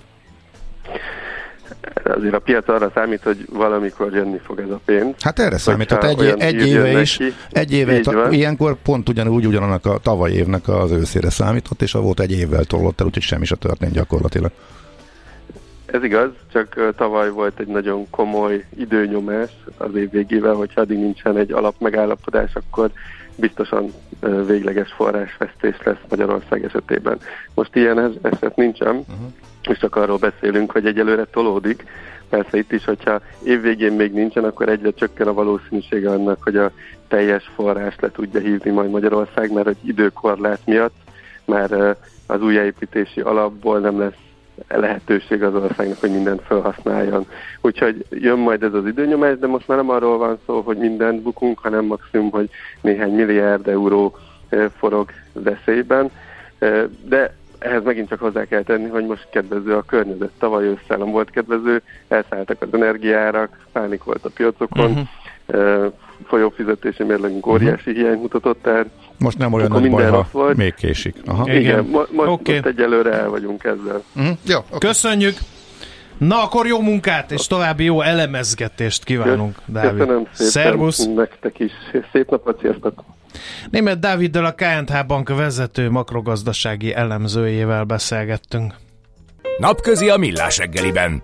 Azért a piac arra számít, hogy valamikor jönni fog ez a pénz.
Hát erre számított egy éve is. Egy éve, ilyenkor pont ugyanannak a tavaly évnek az őszére számított, és volt egy évvel tolott el, úgyhogy semmi se történt gyakorlatilag.
Ez igaz, csak tavaly volt egy nagyon komoly időnyomás az év végével, hogyha addig nincsen egy alapmegállapodás, akkor biztosan végleges forrásvesztés lesz Magyarország esetében. Most ilyen eset nincsen, és csak arról beszélünk, hogy egyelőre tolódik. Persze itt is, hogyha évvégén még nincsen, akkor egyre csökken a valószínűsége annak, hogy a teljes forrást le tudja hívni majd Magyarország, mert egy időkorlát miatt már az újjáépítési alapból nem lesz lehetőség az országnak, hogy mindent felhasználjon. Úgyhogy jön majd ez az időnyomás, de most már nem arról van szó, hogy mindent bukunk, hanem maximum, hogy néhány milliárd euró forog veszélyben. De ehhez megint csak hozzá kell tenni, hogy most kedvező a környezet. Tavaly ősszel nem volt kedvező, elszálltak az energiaárak, pánik volt a piacokon, folyófizetési mérlegünk óriási hiány mutatott el.
Most nem olyan nagy baj, ha még késik.
Aha. Igen, most egyelőre el vagyunk ezzel.
Jó, okay.
Köszönjük! Na, akkor jó munkát, és további jó elemezgetést kívánunk, Dávid.
Köszönöm szépen.
Szervusz!
Nektek is. Szép napot, sziasztok!
Németh Dáviddal, a KNH Bank vezető makrogazdasági elemzőjével beszélgettünk.
Napközi a Millás reggeliben.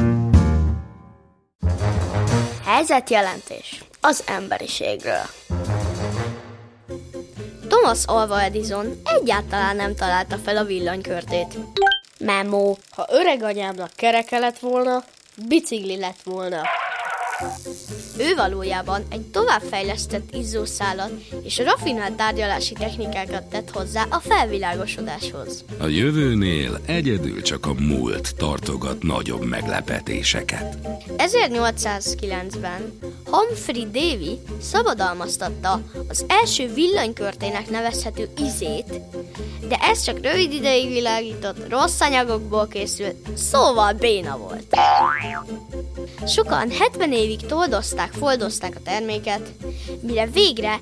Helyzetjelentés az emberiségről. Thomas Alva Edison egyáltalán nem találta fel a villanykörtét. Memo, ha öreg anyámnak kereke lett volna, bicikli lett volna. Ő valójában egy továbbfejlesztett izzószálat és rafinált tárgyalási technikákat tett hozzá a felvilágosodáshoz.
A jövőnél egyedül csak a múlt tartogat nagyobb meglepetéseket.
1809-ben Humphrey Davy szabadalmaztatta az első villanykörtének nevezhető izét, de ez csak rövid ideig világított, rossz anyagokból készült, szóval béna volt. Sokan 70 évig foldozták a terméket, mire végre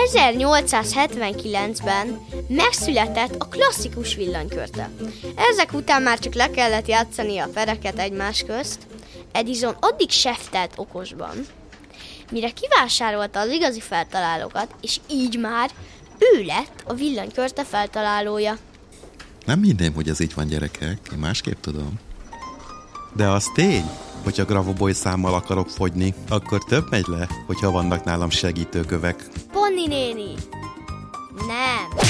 1879-ben megszületett a klasszikus villanykörte. Ezek után már csak le kellett játszani a pereket egymás közt. Edison addig seftelt okosban, mire kivásárolta az igazi feltalálókat, és így már ő lett a villanykörte feltalálója.
Nem hinném, hogy ez így van, gyerekek. Én másképp tudom. De az tény, hogyha Gravoboy számmal akarok fogyni, akkor több megy le, hogyha vannak nálam segítőkövek.
Ponni néni! Nem!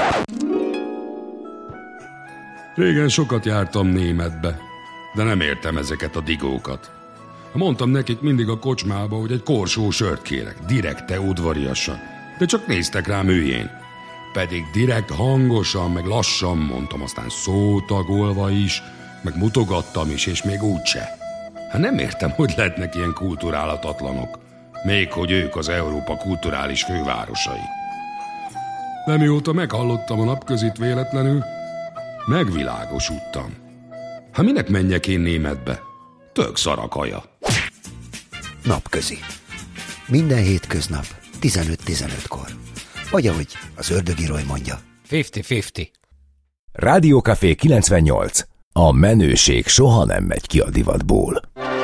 Régen sokat jártam Németbe, de nem értem ezeket a digókat. Mondtam nekik mindig a kocsmába, hogy egy korsó sört kérek, direkte, udvariasan. De csak néztek rám hülyén. Pedig direkt hangosan, meg lassan mondtam, aztán szótagolva is, meg mutogattam is, és még úgyse. Hát nem értem, hogy lehetnek ilyen kulturálatatlanok. Még hogy ők az Európa kulturális fővárosai. De mióta meghallottam a Napközit véletlenül, megvilágosodtam. Hát minek menjek én Németbe? Tök szar a kaja.
Napközi. Minden hétköznap 15-15-kor. Vagy ahogy az ördögiroly mondja.
50-50.
Rádiókafé 98. A menőség soha nem megy ki a divatból.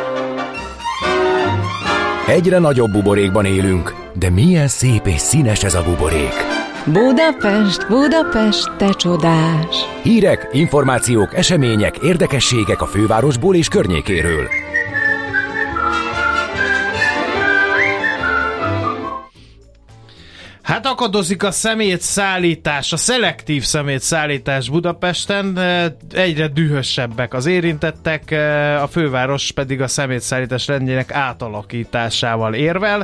Egyre nagyobb buborékban élünk, de milyen szép és színes ez a buborék.
Budapest, Budapest, te csodás!
Hírek, információk, események, érdekességek a fővárosból és környékéről.
Hát akadozik a szemétszállítás, a szelektív szemétszállítás Budapesten, egyre dühösebbek az érintettek, a főváros pedig a szemétszállítás rendjének átalakításával érvel.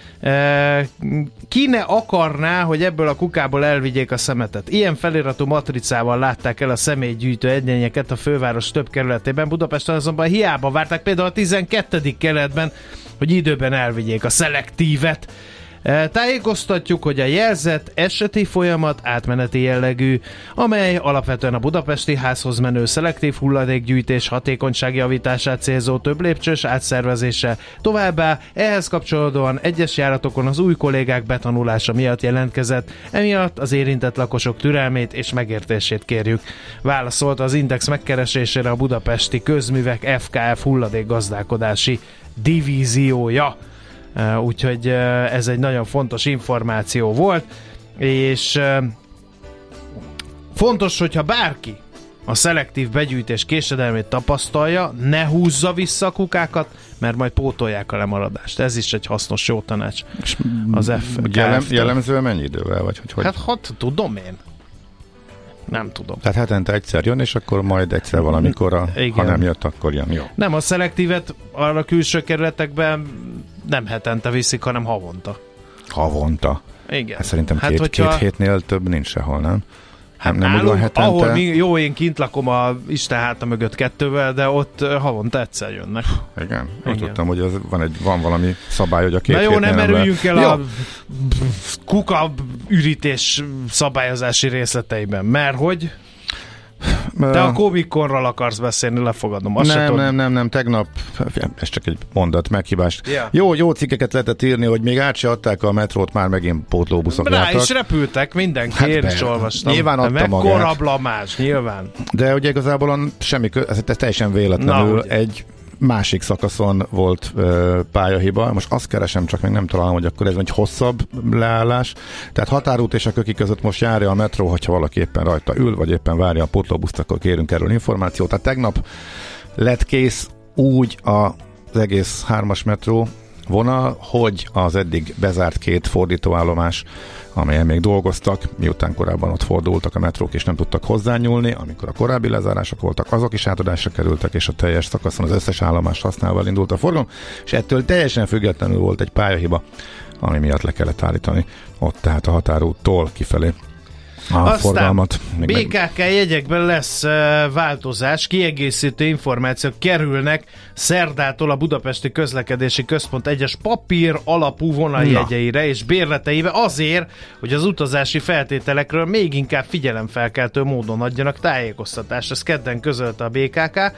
Ki ne akarná, hogy ebből a kukából elvigyék a szemetet? Ilyen feliratú matricával látták el a személygyűjtő egyenjeket a főváros több kerületében. Budapesten azonban hiába várták például a 12. kerületben, hogy időben elvigyék a szelektívet. Tájékoztatjuk, hogy a jelzett eseti folyamat átmeneti jellegű, amely alapvetően a budapesti házhoz menő szelektív hulladékgyűjtés hatékonysági javítását célzó több lépcsős átszervezése. Továbbá ehhez kapcsolódóan egyes járatokon az új kollégák betanulása miatt jelentkezett, emiatt az érintett lakosok türelmét és megértését kérjük. Válaszolt az Index megkeresésére a Budapesti Közművek FKF hulladékgazdálkodási divíziója. Úgyhogy ez egy nagyon fontos információ volt, és fontos, hogyha bárki a szelektív begyűjtés késedelmét tapasztalja, ne húzza vissza a kukákat, mert majd pótolják a lemaradást. Ez is egy hasznos jó tanács az
Jellemzően mennyi idővel? Vagy hogy?
Hát tudom én. Nem tudom.
Tehát hetente egyszer jön, és akkor majd egyszer valamikor, ha nem jött, akkor jön. Jó.
Nem, a szelektívet arra külső kerületekben nem hetente viszik, hanem havonta.
Havonta?
Igen.
Hát szerintem két hétnél több nincs sehol, nem?
Hát nem nálunk, hetente... ahol én kint lakom a Isten háta mögött 2-vel, de ott havonta egyszer jönnek.
Igen? Úgy tudtam, hogy van valami szabály, hogy a 2 hétnél
nem merüljünk el a kuka ürítés szabályozási részleteiben, mert hogy te a Comic-Conról akarsz beszélni, lefogadom.
Nem, tegnap, ez csak egy mondat, meghibás. Yeah. Jó cikkeket lehetett írni, hogy még át se adták a metrót, már megint pótlóbuszok jártak.
Rá is repültek mindenki, én is olvastam.
Nyilván adta magát.
Mekkora blamás, nyilván.
De ugye igazából ez teljesen véletlenül egy másik szakaszon volt pályahiba. Most azt keresem, csak még nem találom, hogy akkor ez egy hosszabb leállás. Tehát Határút és a Köki között most járja a metró, hogyha valaki éppen rajta ül, vagy éppen várja a pótlóbuszt, akkor kérünk erről információt. Tehát tegnap lett kész úgy az egész 3-as metró vonal, hogy az eddig bezárt 2 fordítóállomás, amelyen még dolgoztak, miután korábban ott fordultak a metrók, és nem tudtak hozzányúlni, amikor a korábbi lezárások voltak, azok is átadásra kerültek, és a teljes szakaszon az összes állomást használva indult a forgalom, és ettől teljesen függetlenül volt egy pályahiba, ami miatt le kellett állítani ott, tehát a Határúttól kifelé a forgalmat.
BKK jegyekben lesz változás, kiegészítő információk kerülnek szerdától a Budapesti Közlekedési Központ egyes papír alapú vonaljegyeire és bérleteibe azért, hogy az utazási feltételekről még inkább figyelemfelkeltő módon adjanak tájékoztatást. Ezt kedden közölte a BKK.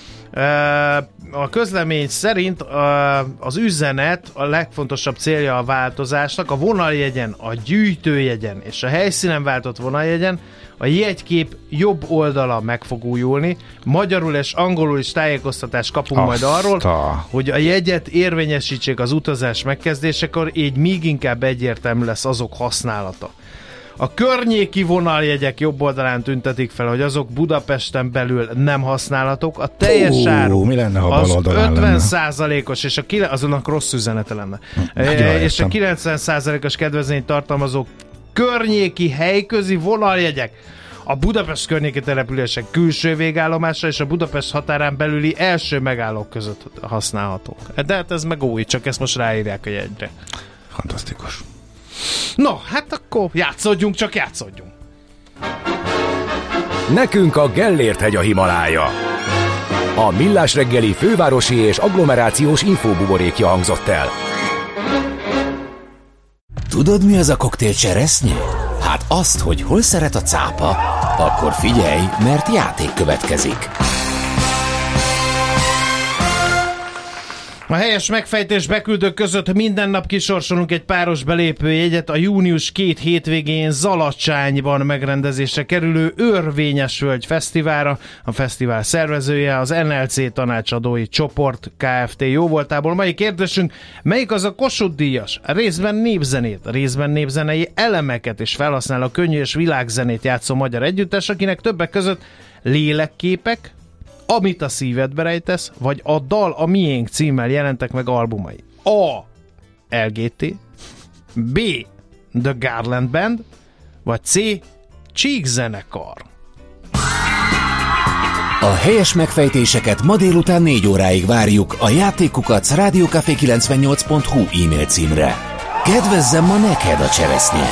A közlemény szerint az üzenet, a legfontosabb célja a változásnak a vonaljegyen, a gyűjtőjegyen és a helyszínen váltott vonaljegyen a jegykép jobb oldala meg fog újulni. Magyarul és angolul is tájékoztatást kapunk majd arról, hogy a jegyet érvényesítsék az utazás megkezdésekor, így még inkább egyértelmű lesz azok használata. A környéki vonaljegyek jobb oldalán tüntetik fel, hogy azok Budapesten belül nem használhatók. A teljes áru
mi lenne, ha
az
bal oldalán
50%-os, és azonnak rossz üzenete lenne. És a 90%-os kedvezményt tartalmazó környéki helyközi vonaljegyek a Budapest környéki települések külső végállomása és a Budapest határán belüli első megállók között használhatók. De hát ez meg új, csak ezt most ráírják a jegyre.
Fantasztikus.
No, hát akkor játszódjunk, csak játszódjunk.
Nekünk a Gellért-hegy a Himalája. A Millás reggeli fővárosi és agglomerációs infóbuborékja hangzott el.
Tudod, mi az a koktél cseresznye? Hát azt, hogy hol szeret a cápa, akkor figyelj, mert játék következik.
A helyes megfejtés beküldők között minden nap kisorsolunk egy páros belépőjegyet a június 2 hétvégén Zalacsányban megrendezésre kerülő Örvényesvölgy Fesztiválra. A fesztivál szervezője az NLC tanácsadói csoport Kft. Jóvoltából. Mai kérdésünk, melyik az a Kossuth díjas? Részben népzenét, részben népzenei elemeket is felhasznál a könnyű és világzenét játszó magyar együttes, akinek többek között Lélekképek, Amit a szívedbe rejtesz, vagy A dal a miénk címmel jelentek meg albumai. A. LGT, B. The Garland Band, vagy C. Csík zenekar.
A helyes megfejtéseket ma délután 4 óráig várjuk a játékukac@rádiókafé98.hu e-mail címre. Kedvezzem ma neked a cseresznye!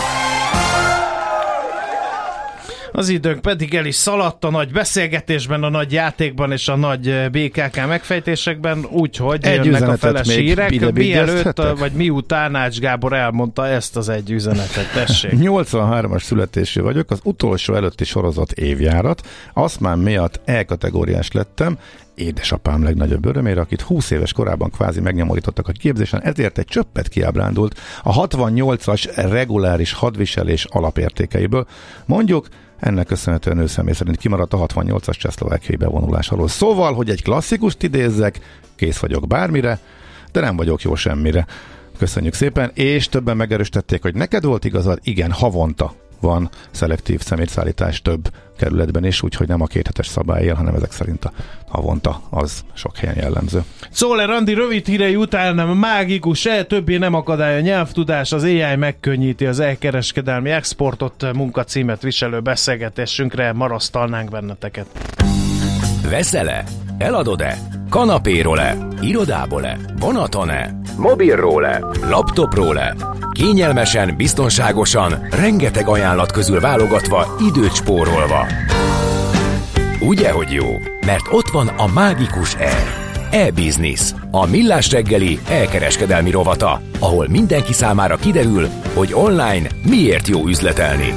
Az időnk pedig el is szaladt a nagy beszélgetésben, a nagy játékban és a nagy BKK megfejtésekben, úgyhogy jönnek a feles hírek. Mielőtt, vagy miután Ács Gábor elmondta ezt az egy üzenetet, tessék.
83-as születésű vagyok, az utolsó előtti sorozat évjárat, aszmám miatt E-kategóriás lettem, édesapám legnagyobb örömére, akit 20 éves korában kvázi megnyomorítottak a képzésen, ezért egy csöppet kiábrándult a 68-as reguláris hadviselés alapértékeiből. Mondjuk, ennek köszönhetően ő személy szerint kimaradt a 68-as csehszlovákiai bevonulás alól. Szóval, hogy egy klasszikust idézzek, kész vagyok bármire, de nem vagyok jó semmire. Köszönjük szépen, és többen megerősítették, hogy neked volt igazad, igen, havonta van szelektív szemétszállítás több kerületben is, úgyhogy nem a 2 hetes szabály él, hanem ezek szerint a havonta az sok helyen jellemző.
Czoller Andi rövid hírei után nem mágikus, többé nem akadály a nyelvtudás, az AI megkönnyíti az elkereskedelmi exportot, munkacímet viselő beszélgetésünkre marasztalnánk benneteket.
Veszel-e? Eladod-e? Kanapéról-e? Irodából-e? Vonaton-e? Mobilról-e? Laptopról-e? Kényelmesen, biztonságosan, rengeteg ajánlat közül válogatva, időt spórolva. Ugye, hogy jó? Mert ott van a mágikus E. E-Business, a Millás reggeli elkereskedelmi rovata, ahol mindenki számára kiderül, hogy online miért jó üzletelni.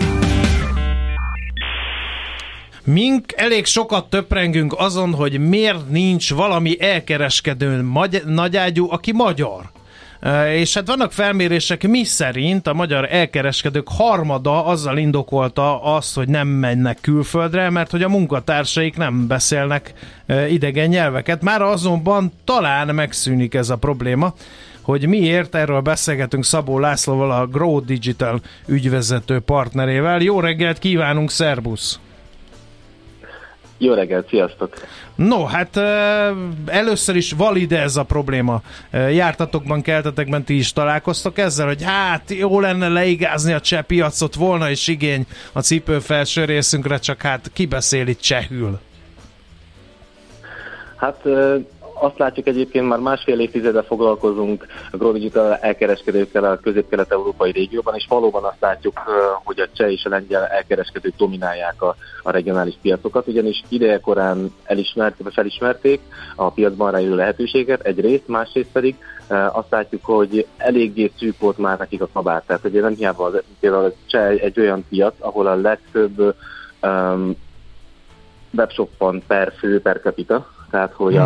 Mink elég sokat töprengünk azon, hogy miért nincs valami elkereskedő nagyágyú, aki magyar. És hát vannak felmérések, mi szerint a magyar elkereskedők harmada azzal indokolta azt, hogy nem mennek külföldre, mert hogy a munkatársaik nem beszélnek idegen nyelveket. Már azonban talán megszűnik ez a probléma. Hogy miért, erről beszélgetünk Szabó Lászlóval, a Grow Digital ügyvezető partnerével. Jó reggelt kívánunk, szerbusz!
Jó reggelt, sziasztok!
No, hát először is valid ez a probléma. Jártatokban, keltetekben ti is találkoztok ezzel, hogy hát jó lenne leigázni a cseh piacot, volna is igény a cipő felső részünkre, csak hát ki beszél itt csehül?
Hát azt látjuk egyébként, már másfél évtizede foglalkozunk a Grow Digital elkereskedőkkel a közép-kelet-európai régióban, és valóban azt látjuk, hogy a cseh és a lengyel elkereskedők dominálják a regionális piacokat, ugyanis idejekorán felismerték a piacban rejlő lehetőséget egyrészt, másrészt pedig azt látjuk, hogy eléggé szűk volt már nekik a kabát. Tehát ugye nem hiába például a cseh egy olyan piac, ahol a legtöbb webshop van per fő, per capita, tehát hogy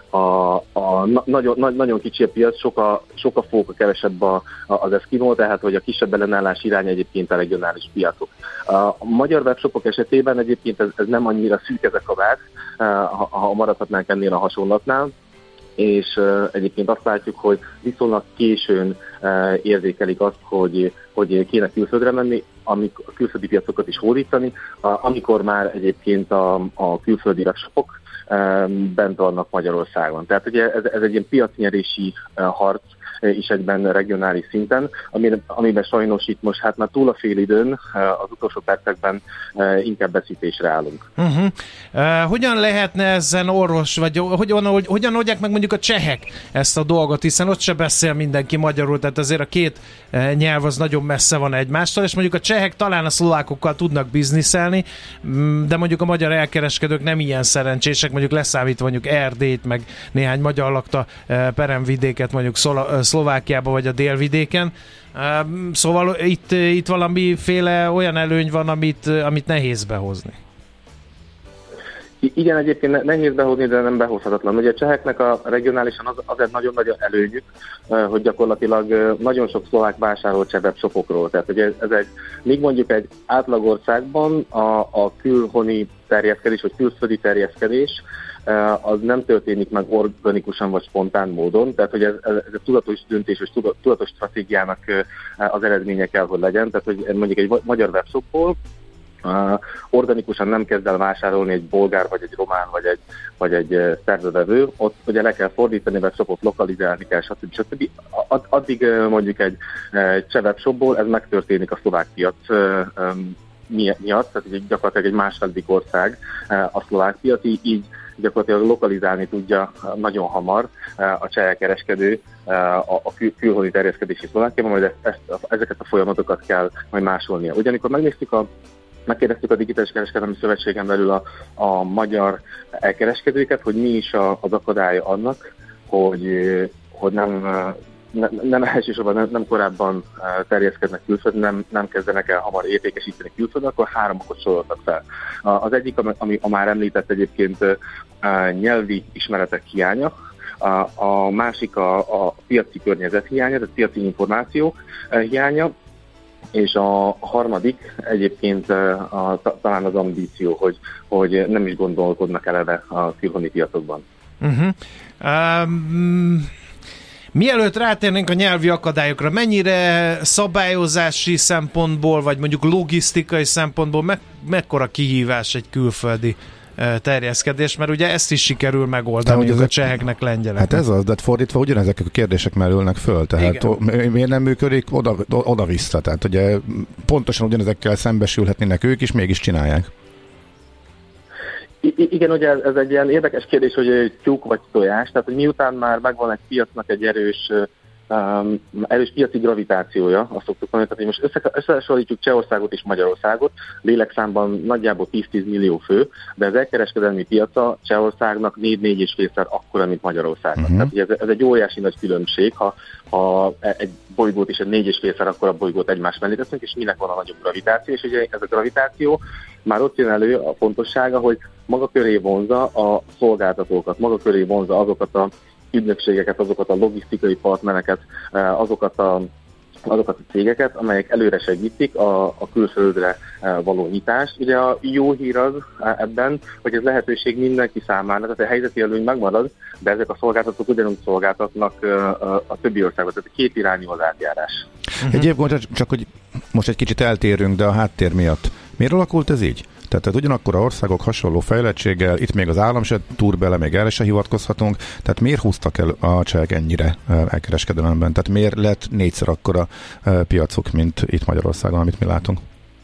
nagyon kicsi a piac, sok a fóka, kevesebb az eszkimó, tehát hogy a kisebb ellenállás irány egyébként a regionális piacok. A magyar webshopok esetében egyébként ez nem annyira szűk ez a kabát, ha maradhatnánk ennél a hasonlatnál, és egyébként azt látjuk, hogy viszonylag későn érzékelik azt, hogy kéne külföldre menni. amikor külföldi piacokat is hódítani, amikor már egyébként a külföldi webshopok bent vannak Magyarországon. Tehát ugye ez egy ilyen piacnyerési harc is egyben regionális szinten, amiben sajnos itt most hát már túl a fél időn, az utolsó percekben inkább veszítésre állunk.
Hogyan lehetne ezen vagy hogyan oldják meg mondjuk a csehek ezt a dolgot, hiszen ott se beszél mindenki magyarul, tehát azért a két nyelv az nagyon messze van egymástól, és mondjuk a csehek talán a szlovákokkal tudnak bizniszelni, de mondjuk a magyar elkereskedők nem ilyen szerencsések, mondjuk leszámítva mondjuk Erdélyt, meg néhány magyar lakta peremvidéket mondjuk Szlovákiában vagy a délvidéken. Szóval itt valamiféle olyan előny van, amit nehéz behozni.
Igen, egyébként nehéz behozni, de nem behozhatatlan. Ugye a cseheknek a regionálisan az egy nagyon nagy előnyük, hogy gyakorlatilag nagyon sok szlovák vásárol cseh webshopokról. Tehát ugye míg mondjuk egy átlagországban a külhoni terjeszkedés, vagy külföldi terjeszkedés, az nem történik meg organikusan vagy spontán módon, tehát hogy ez a tudatos döntés és tudatos stratégiának az eredménye kell, hogy legyen. Tehát hogy mondjuk egy magyar webshopból organikusan nem kezd el vásárolni egy bolgár, vagy egy román, vagy egy szerződevő, ott ugye le kell fordítani, webshopot lokalizálni kell, stb. Addig mondjuk egy cseh webshopból ez megtörténik a szlovák piac miatt, tehát gyakorlatilag egy második ország a szlovák piac, így gyakorlatilag lokalizálni tudja nagyon hamar a cseh kereskedő a külhoni terjeszkedési Szlovákiában, majd ezeket a folyamatokat kell majd másolnia. Ugyanikor megkérdeztük a Digitális Kereskedelmi Szövetségen belül a magyar elkereskedőket, hogy mi is az akadálya annak, hogy nem elsősorban nem korábban terjeszkednek külföldön, nem kezdenek el hamar értékesíteni külföldön, akkor 3 okot soroltak fel. Az egyik, ami a már említett egyébként nyelvi ismeretek hiánya, a másik a piaci környezet hiánya, tehát piaci információ hiánya, és a harmadik egyébként talán az ambíció, hogy nem is gondolkodnak eleve a külhoni piacokban.
Mielőtt rátérnénk a nyelvi akadályokra, mennyire szabályozási szempontból, vagy mondjuk logisztikai szempontból mekkora kihívás egy külföldi terjeszkedés, mert ugye ezt is sikerül megoldani a cseheknek, lengyeleknek.
Hát ez az, de fordítva ugyanezek a kérdések merülnek föl, tehát miért nem működik oda-vissza, tehát ugye pontosan ugyanezekkel szembesülhetnének ők is, mégis csinálják.
Igen, ugye ez egy ilyen érdekes kérdés, hogy tyúk vagy tojás, tehát hogy miután már megvan egy piacnak egy erős piaci gravitációja, azt szoktuk mondani, hogy most összehasonlítjuk Csehországot és Magyarországot, lélekszámban nagyjából 10-10 millió fő, de az elkereskedelmi piaca Csehországnak 4-4,5-szer akkora, mint Magyarországnak. Tehát ez egy óriási nagy különbség, ha egy bolygót és egy 4,5-szer akkora bolygót egymás mellé teszünk, és minek van a nagyobb gravitáció, és ugye ez a gravitáció már ott jön elő a fontossága, hogy maga köré vonza a szolgáltatókat, maga köré vonza azokat a ügynökségeket, azokat a logisztikai partnereket, azokat a cégeket, amelyek előre segítik a külföldre való nyitást. Ugye a jó hír az ebben, hogy ez lehetőség mindenki számára, tehát a helyzeti előny megmarad, de ezek a szolgáltatók ugyanúgy szolgáltatnak a többi országban, tehát két irányú az átjárás.
Egyébként csak, hogy most egy kicsit eltérünk, de a háttér miatt. Miért alakult ez így? Tehát ugyanakkor a országok hasonló fejlettséggel, itt még az állam se túr bele, még erre se hivatkozhatunk, tehát miért húztak el a csehek ennyire elkereskedelemben? Tehát miért lett 4-szer akkora piacok, mint itt Magyarországon, amit mi látunk?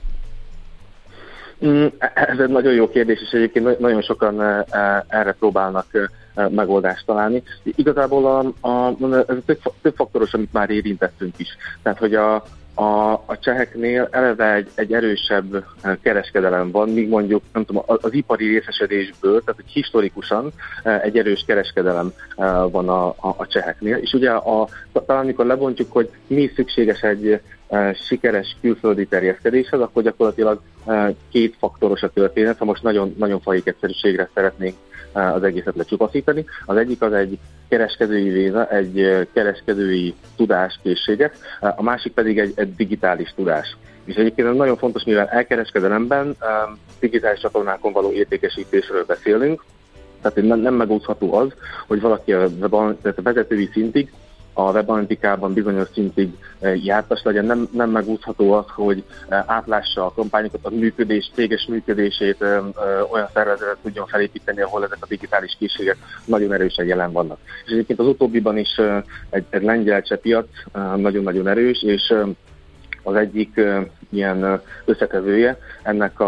Ez egy nagyon jó kérdés, és egyébként nagyon sokan erre próbálnak megoldást találni. Igazából ez több faktoros, amit már érintettünk is. Tehát, hogy a cseheknél eleve egy erősebb kereskedelem van, míg mondjuk nem tudom, az ipari részesedésből, tehát hogy historikusan egy erős kereskedelem van a cseheknél. És ugye talán amikor lebontjuk, hogy mi szükséges egy sikeres külföldi terjeszkedéshez, akkor gyakorlatilag két faktoros a történet, ha most nagyon, nagyon fahék egyszerűségre szeretnénk az egészet lecsupaszítani. Az egyik az egy kereskedői véza, egy kereskedői tudáskészséget, a másik pedig egy digitális tudás. És egyébként ez nagyon fontos, mivel elkereskedelemben digitális csatornákon való értékesítésről beszélünk, tehát nem megúszható az, hogy valaki a vezetői szintig a webanalikában bizonyos szintig jártas legyen. Nem megúszható az, hogy átlássa a kampányokat, a céges működését, olyan szervezetet tudjon felépíteni, ahol ezek a digitális készségek nagyon erősen jelen vannak. És egyébként az utóbbiban is egy lengyel piac nagyon-nagyon erős, és az egyik ilyen összetevője ennek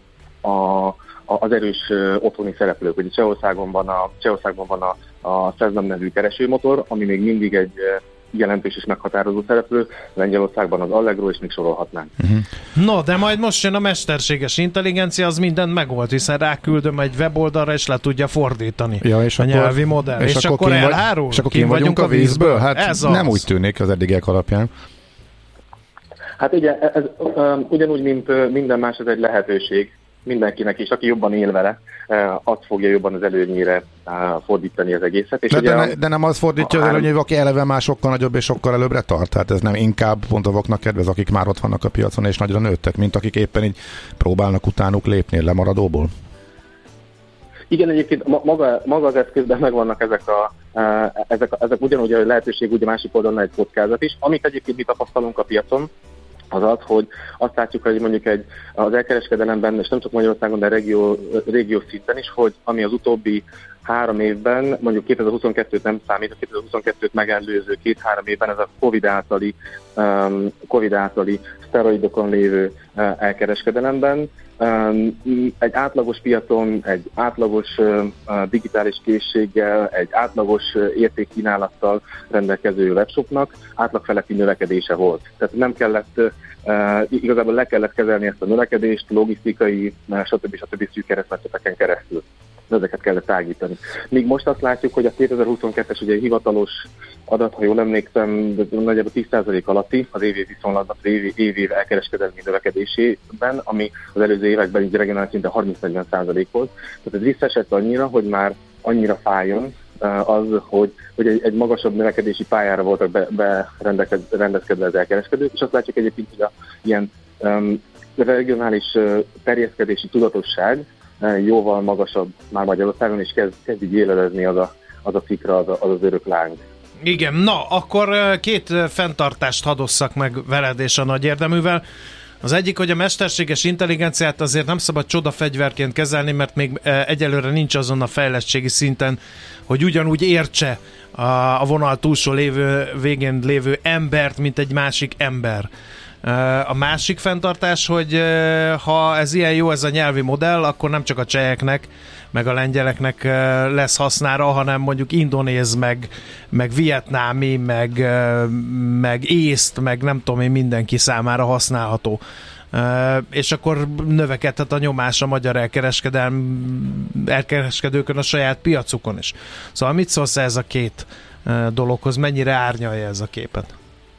az erős otthoni szereplők. Ugye Csehországban van a Seznam nevű keresőmotor, ami még mindig egy jelentős és meghatározó szereplő, Lengyelországban az Allegro, és még sorolhatnánk.
No, de majd most jön a mesterséges intelligencia, az mindent megold, hiszen ráküldöm egy weboldalra, és le tudja fordítani a nyelvi modell. És akkor elárul?
És akkor kim vagyunk a vízből? Hát ez nem úgy tűnik az eddigiek alapján.
Hát ugye, ez ugyanúgy, mint minden más, ez egy lehetőség mindenkinek, és aki jobban él vele, azt fogja jobban az előnyére fordítani az egészet. És
de nem az fordítja az előnyére, hogy aki eleve már sokkal nagyobb és sokkal előbbre tart? Tehát ez nem inkább pont azoknak kedvez, akik már ott vannak a piacon és nagyra nőttek, mint akik éppen így próbálnak utánuk lépni lemaradóból?
Igen, egyébként maga az eszközben megvannak ezek ugyanúgy a lehetőség, ugye másik oldalon egy kockázat is. Amit egyébként mi tapasztalunk a piacon, az, hogy azt látjuk, hogy mondjuk az elkereskedelemben, és nem csak Magyarországon, de régió szinten is, hogy ami az utóbbi 3 évben, mondjuk 2022-t nem számít, a 2022-t megelőző 2-3 évben ez a Covid általi szteroidokon lévő elkereskedelemben egy átlagos piacon, egy átlagos digitális készséggel, egy átlagos értékkínálattal rendelkező webshopnak átlagfeletti növekedése volt. Tehát nem kellett, igazából le kellett kezelni ezt a növekedést logisztikai, stb. Szűk keresztmetszeteken keresztül. Ezeket kellett tágítani. Míg most azt látjuk, hogy a 2022-es ugye hivatalos adat, ha jól emlékszem, nagyjából 10% alatti az év viszonylatban, az év elkereskedelmi növekedésében, ami az előző években így regionális szinte 30-40% volt. Tehát ez visszaesett annyira, hogy már annyira fájjon az, hogy egy magasabb növekedési pályára voltak berendezkedve az elkereskedők, és azt látjuk egyébként, hogy ilyen regionális terjeszkedési tudatosság jóval magasabb már Magyarországon, és kezd így éledezni az a cikra, az örök láng.
Igen, na, akkor 2 fenntartást hadosszak meg veled és a nagy érdeművel. Az egyik, hogy a mesterséges intelligenciát azért nem szabad csodafegyverként kezelni, mert még egyelőre nincs azon a fejlettségi szinten, hogy ugyanúgy értse a vonal túlsó végén lévő embert, mint egy másik ember. A másik fenntartás, hogy ha ez ilyen jó, ez a nyelvi modell, akkor nem csak a cseheknek, meg a lengyeleknek lesz hasznára, hanem mondjuk indonéz, meg vietnámi, meg észt, meg nem tudom én, mindenki számára használható. És akkor növekedhet a nyomás a magyar elkereskedőkön a saját piacukon is. Szóval mit szólsz ez a 2 dologhoz? Mennyire árnyalja ez a képet?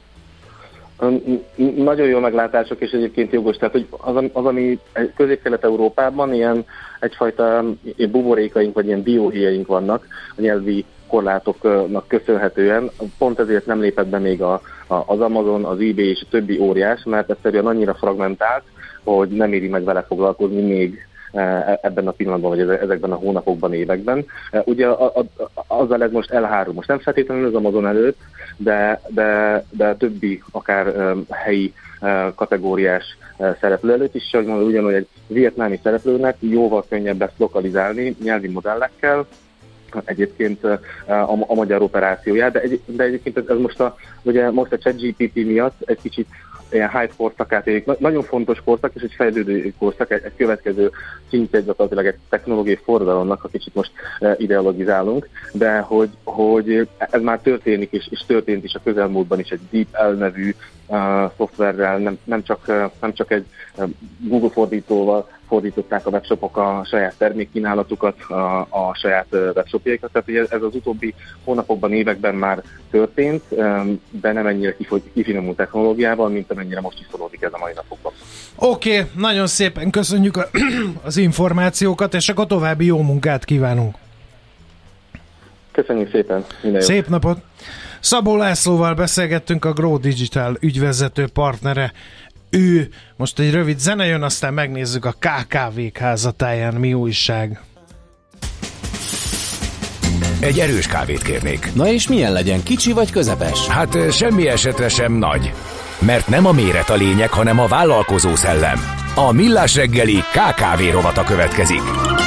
Nagyon jó meglátások, és egyébként jogos. Tehát, hogy az ami Közép-Kelet-Európában ilyen egyfajta buborékaink, vagy ilyen dióhéjaink vannak a nyelvi korlátoknak köszönhetően. Pont ezért nem lépett be még az Amazon, az eBay és a többi óriás, mert egyszerűen annyira fragmentált, hogy nem éri meg vele foglalkozni még ebben a pillanatban, vagy ezekben a hónapokban, években. Ugye azzal ez most elhárul. Most nem feltétlenül az Amazon előtt, de többi, akár helyi kategóriás szereplő előtt is, hogy mondom, ugyanúgy egy vietnámi szereplőnek jóval könnyebb ezt lokalizálni nyelvi modellekkel, egyébként a magyar operációját, de egyébként ez most a ChatGPT miatt egy kicsit ilyen hype korszakát élik. Nagyon fontos korszak, és egy fejlődő korszak, egy következő szintje gyakorlatilag egy technológiai forradalomnak, ha kicsit most ideologizálunk, de hogy ez már történik, és történt is a közelmúltban is egy DeepL nevű szoftverrel, nem csak egy Google fordítóval fordították a webshopok a saját termékkínálatukat, a saját webshopjaikat, tehát ez az utóbbi hónapokban, években már történt, de nem ennyire kifinomult technológiával, mint amennyire most is szólódik ez a mai napokban.
Oké, nagyon szépen köszönjük az információkat, és akkor további jó munkát kívánunk.
Köszönjük szépen, minden
szép napot! Szabó Lászlóval beszélgettünk, a Grow Digital ügyvezető partnere. Ő, most egy rövid zene jön, aztán megnézzük a KKV-k házatáján mi újság.
egy erős kávét kérnék.
Na és milyen legyen, kicsi vagy közepes?
Hát semmi esetre sem nagy. Mert nem a méret a lényeg, hanem a vállalkozó szellem. A Millás reggeli KKV rovata következik.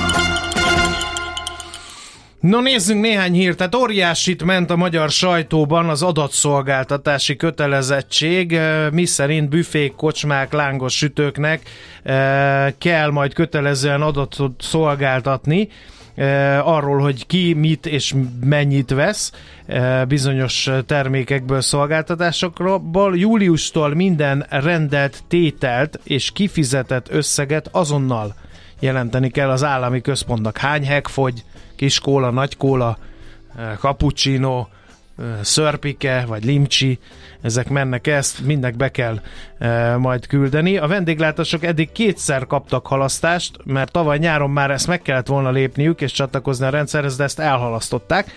No, nézzünk néhány hírt. Tehát óriásit ment a magyar sajtóban az adatszolgáltatási kötelezettség, miszerint büfék, kocsmák, lángos sütőknek kell majd kötelezően adatot szolgáltatni arról, hogy ki mit és mennyit vesz bizonyos termékekből, szolgáltatásokból. Júliustól minden rendelt tételt és kifizetett összeget azonnal jelenteni kell az állami központnak. Hány hek fogy, kis kóla, nagy kóla, cappuccino, szörpike vagy limcsi, ezek mennek, ezt mindnek be kell majd küldeni. A vendéglátások eddig 2-szer kaptak halasztást, mert tavaly nyáron már ezt meg kellett volna lépniük és csatlakozni a rendszerhez, de ezt elhalasztották.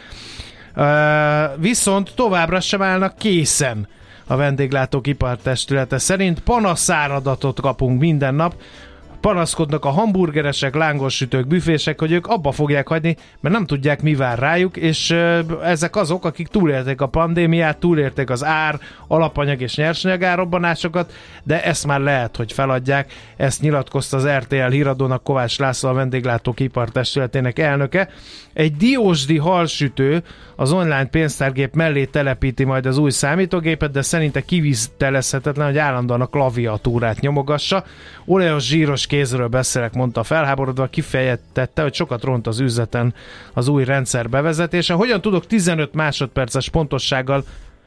Viszont továbbra sem állnak készen a vendéglátók ipartestülete szerint. panaszáradatot kapunk minden nap. Panaszkodnak a hamburgeresek, lángosütők, büfések, hogy ők abba fogják hagyni, mert nem tudják, mi vár rájuk, és ezek azok, akik túlélték a pandémiát, túlélték az alapanyag és nyersanyag árrobbanásokat, de ezt már lehet, hogy feladják. Ezt nyilatkozta az RTL híradónak Kovács László, a vendéglátók ipartestületének elnöke. Egy diósdi halsütő az online pénztárgép mellé telepíti majd az új számítógépet, de szerinte kivitelezhetetlen, hogy állandóan a klaviatúrát nyomogassa. Olajos zsíros kézről beszélek, mondta felháborodva, kifejtette, hogy sokat ront az üzleten az új rendszer bevezetése. Hogyan tudok 15 másodperces pontossággal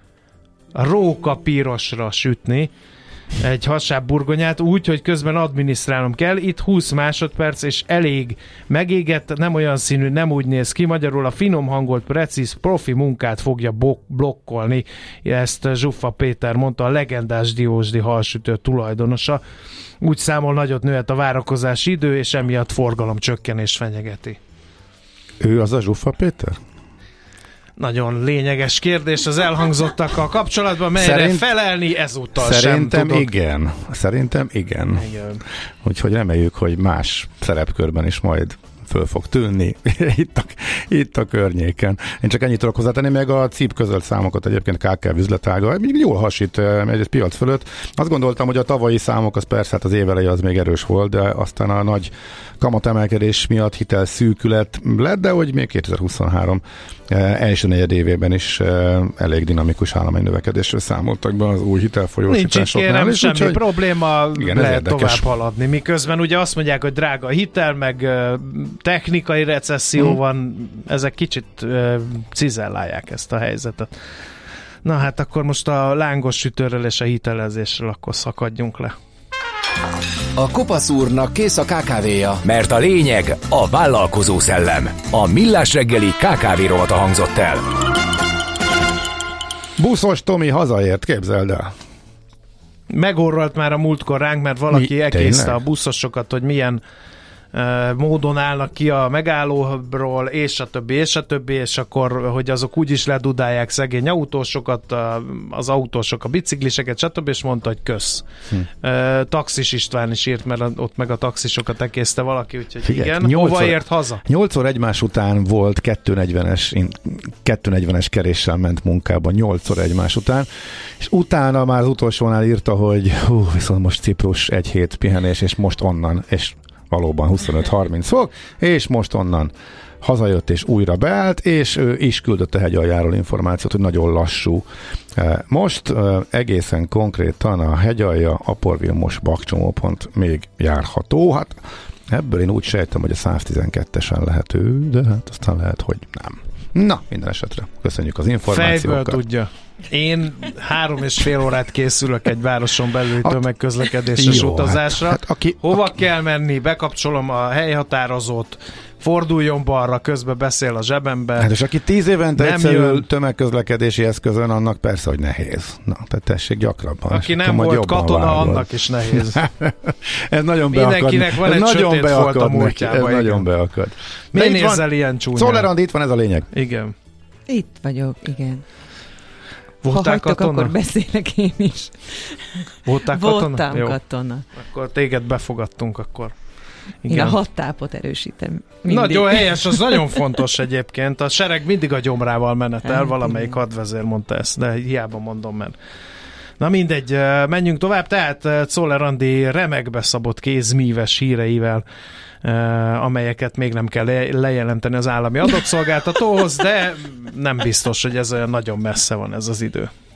rókapírosra sütni egy hasább burgonyát úgy, hogy közben adminisztrálnom kell. Itt 20 másodperc és elég. Megégett, nem olyan színű, nem úgy néz ki. Magyarul a finom hangolt, precíz, profi munkát fogja blokkolni. Ezt Zsuffa Péter mondta, a legendás diósdi halsütő tulajdonosa. Úgy számol, nagyot nőhet a várakozási idő, és emiatt forgalomcsökkenés fenyegeti.
Ő az a Zsuffa Péter?
Nagyon lényeges kérdés az elhangzottakkal kapcsolatban, melyre felelni ezúttal sem tudok.
Szerintem igen. Úgyhogy reméljük, hogy más szerepkörben is majd föl fog tűnni itt a környéken. Én csak ennyit tudok hozzátenni, meg a CIP közölt számokat egyébként KKV üzletága jól hasít egy piac fölött. Azt gondoltam, hogy a tavalyi számok, az persze hát az éveleje az még erős volt, de aztán a nagy kamatemelkedés miatt hitelszűkület lett, de hogy még 2023 első negyedévében is elég dinamikus állami növekedésről számoltak be az új hitelfolyósításoknál.
Nincs itt, semmi probléma, igen, lehet tovább haladni. Miközben ugye azt mondják, hogy drága a hitel, meg technikai recesszió van, ezek kicsit cizellálják ezt a helyzetet. Na hát akkor most a lángos sütőről és a hitelezésről akkor szakadjunk le.
A Kopasz úrnak kész a KKV-ja.
Mert a lényeg a vállalkozó szellem. A Millás reggeli KKV rovata hangzott el.
Buszos Tomi hazaért, képzeld el.
Megorralt már a múltkor ránk, mert valaki elkészte a buszosokat, hogy milyen módon állnak ki a megállóról, és a többi, és akkor, hogy azok úgyis ledudálják szegény autósokat, az autósok a bicikliseket, stb. És mondta, hogy kösz. Taxis István is írt, mert ott meg a taxisokat ekészte valaki, úgyhogy figyelj, igen, hova ért haza?
8-szor egymás után volt 240-es keréssel ment munkában, 8-szor egymás után, és utána már az utolsónál írta, hogy viszont most Ciprus, egy hét pihenés, és most onnan, és valóban 25-30 fok, és most onnan hazajött és újra beállt, és ő is küldött a hegyaljáról információt, hogy nagyon lassú. Most egészen konkrétan a hegyalja, Aporvilmos, Bakcsomópont még járható. Hát ebből én úgy sejtem, hogy a 112-esen lehető, de hát aztán lehet, hogy nem. Na, minden esetre köszönjük az információkat.
Fejből tudja. Én 3,5 órát készülök egy városon belüli tömegközlekedéses utazásra. Hát, hova kell menni, bekapcsolom a helyhatározót, forduljon balra, közben beszél a zsebembe.
Hát és aki 10 évente egyszerű tömegközlekedési eszközön, annak persze, hogy nehéz. Na, tehát tessék gyakrabban.
Aki nem volt katona, vágod. Annak is nehéz.
Ez nagyon beakad.
Mindenkinek van egy sötét volt a múltjában.
Ez nagyon beakad.
Miért nézzel ilyen csúnyán?
Szolerand, itt van ez a lényeg.
Igen.
Itt vagyok, igen.
Voltál katona?
Akkor beszélek én is.
Voltál katona?
Voltam katona.
Akkor téged befogadtunk akkor.
Én a 6 tápot erősítem. Mindig.
Nagyon helyes, az nagyon fontos egyébként. A sereg mindig a gyomrával menetel, valamelyik hadvezér mondta ezt, de hiába mondom, mert... Na mindegy, menjünk tovább. Tehát Czoller Andi remekbe szabott kézmíves híreivel, amelyeket még nem kell lejelenteni az állami adatszolgáltatóhoz, de nem biztos, hogy ez olyan nagyon messze van ez az idő.